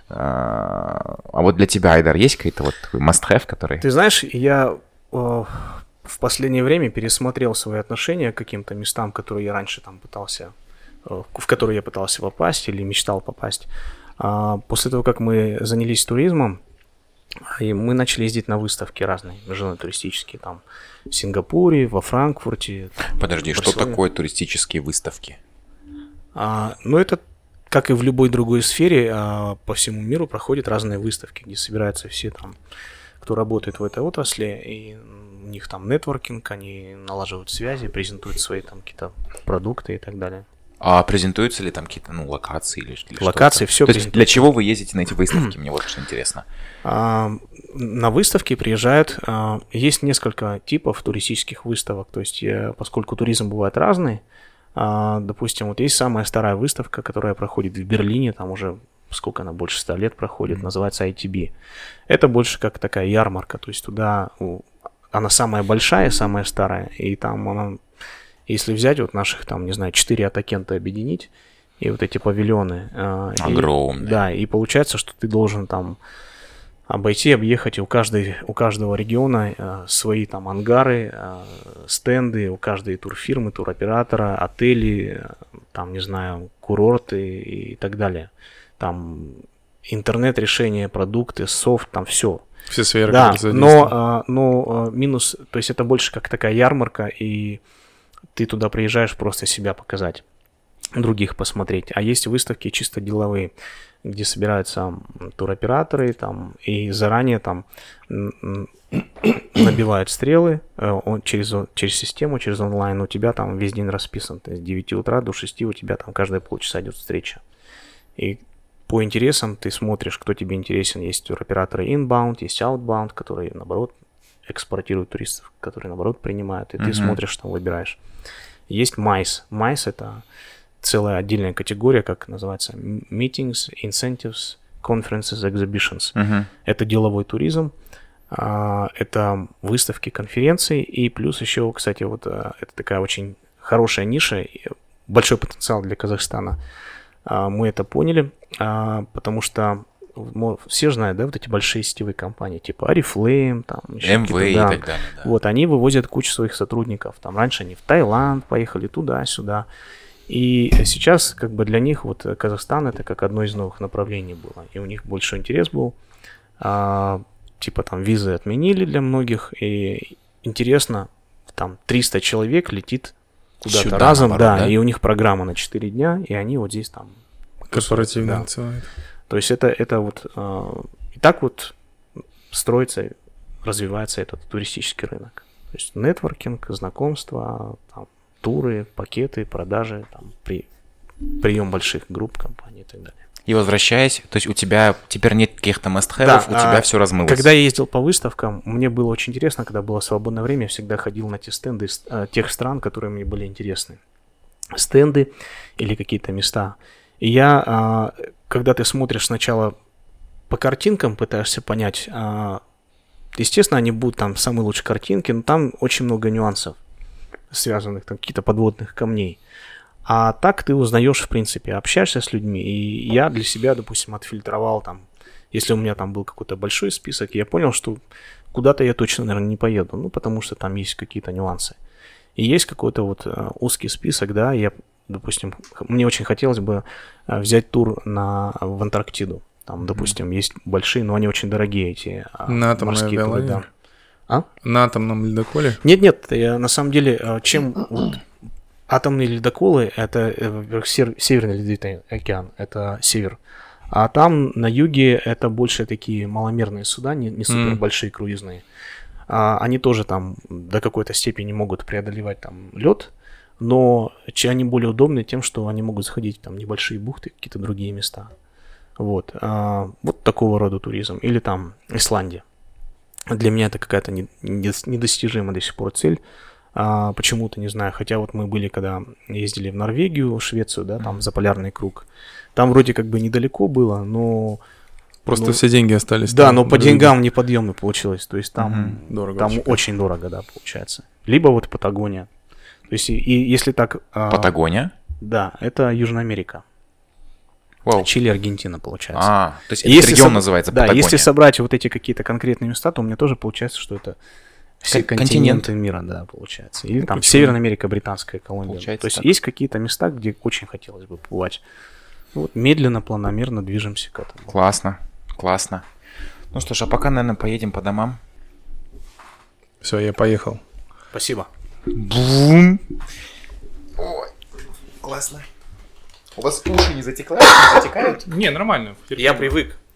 А, а вот для тебя, Айдар, есть какой-то вот такой must-have, который... Ты знаешь, я... Э... в последнее время пересмотрел свои отношения к каким-то местам, которые я раньше там пытался, в которые я пытался попасть или мечтал попасть. После того, как мы занялись туризмом, и мы начали ездить на выставки разные, международно-туристические, там в Сингапуре, во Франкфурте. Подожди, что такое туристические выставки? А, ну, это, как и в любой другой сфере, а, по всему миру проходят разные выставки, где собираются все там, кто работает в этой отрасли, и у них там нетворкинг, они налаживают связи, презентуют свои там какие-то продукты и так далее. А презентуются ли там какие-то, ну, локации или, или локации, что-то? все. То есть для чего вы ездите на эти выставки? Мне вот что интересно. А, на выставки приезжают, а, есть несколько типов туристических выставок, то есть я, поскольку туризм бывает разный, а, допустим, вот есть самая старая выставка, которая проходит в Берлине, там уже сколько она, больше ста лет проходит, mm-hmm. называется ай ти би. Это больше как такая ярмарка, то есть туда, она самая большая, самая старая, и там она, если взять вот наших там, не знаю, четыре атакента объединить, и вот эти павильоны. Огромные. И, да, и получается, что ты должен там обойти, объехать, и у, каждой, у каждого региона э, свои там ангары, э, стенды, у каждой турофирмы, туроператора, отели, э, там, не знаю, курорты и так далее. Там интернет-решения, продукты, софт, там все. Все сферы. Да, но, э, но э, минус, то есть это больше как такая ярмарка, и ты туда приезжаешь просто себя показать, других посмотреть. А есть выставки чисто деловые, где собираются туроператоры там, и заранее там набивают стрелы э, он, через, через систему, через онлайн. У тебя там весь день расписан. То есть с девяти утра до шести у тебя там каждые полчаса идет встреча. И по интересам ты смотришь, кто тебе интересен. Есть туроператоры inbound, есть outbound, которые, наоборот, экспортируют туристов, которые, наоборот, принимают. И uh-huh. ты смотришь, там выбираешь. Есть майс. майс — это целая отдельная категория, как называется, meetings, incentives, conferences, exhibitions. Uh-huh. Это деловой туризм, это выставки, конференции, и плюс еще, кстати, вот это такая очень хорошая ниша, большой потенциал для Казахстана. Мы это поняли, потому что все знают, да, вот эти большие сетевые компании, типа Oriflame, там, эм вэ и да. так далее. Да. Вот, они вывозят кучу своих сотрудников. Там раньше они в Таиланд поехали, туда-сюда. И сейчас как бы для них вот Казахстан это как одно из новых направлений было. И у них больше интерес был. А, типа там визы отменили для многих. И интересно, там триста человек летит куда-то сюда, разом. наоборот, да, да, и у них программа на четыре дня, и они вот здесь там... Корпоративно. Да. То есть это, это вот... А, и так вот строится, развивается этот туристический рынок. То есть нетворкинг, знакомства, там, туры, пакеты, продажи, там, при, прием больших групп компаний и так далее. И возвращаясь, то есть у тебя теперь нет каких-то must-have'ов, Да, у тебя а, все размылось. Когда я ездил по выставкам, мне было очень интересно, когда было свободное время, я всегда ходил на те стенды из а, тех стран, которые мне были интересны. Стенды или какие-то места. И я, а, когда ты смотришь сначала по картинкам, пытаешься понять, а, естественно, они будут там самые лучшие картинки, но там очень много нюансов, связанных, там какие-то подводных камней. А так ты узнаешь, в принципе, общаешься с людьми. И я для себя, допустим, отфильтровал там, если у меня там был какой-то большой список, я понял, что куда-то я точно, наверное, не поеду, ну, потому что там есть какие-то нюансы. И есть какой-то вот uh, узкий список, да, я, допустим, мне очень хотелось бы uh, взять тур на, в Антарктиду. Там, допустим, mm-hmm. есть большие, но они очень дорогие, эти uh, на морские туры, да. А? На атомном ледоколе? Нет-нет, я, на самом деле, чем... Вот, атомные ледоколы — это, во-первых, Северный Ледовитый океан, это север. А там на юге это больше такие маломерные суда, не, не супер большие круизные. А, они тоже там до какой-то степени могут преодолевать там лед, но они более удобны тем, что они могут заходить в там небольшие бухты, какие-то другие места. Вот, а, вот такого рода туризм. Или там Исландия. Для меня это какая-то недостижимая до сих пор цель. А, почему-то, не знаю, хотя вот мы были, когда ездили в Норвегию, Швецию, да, там за полярный круг, там вроде как бы недалеко было, но... Просто ну, все деньги остались. Да, там, но по деньгам неподъемно получилось, то есть там, угу. дорого, там очень, очень дорого, да, получается. Либо вот Патагония, то есть и, и если так... Патагония? А, да, это Южная Америка. Вау. Чили, Аргентина, получается. А, то есть если регион со... называется да, Патагония. если собрать вот эти какие-то конкретные места, то у меня тоже получается, что это... Все континент. континенты мира, да, получается. Или ну, там почему? Северная Америка, Британская Колумбия. Получается То есть так. есть какие-то места, где очень хотелось бы побывать. Вот медленно, планомерно движемся к этому. Классно, классно. Ну что ж, а пока, наверное, поедем по домам. Все, я поехал. Спасибо. Бум! Ой, классно. У вас уши не затекают, не затекают? Не, нормально. Я привык.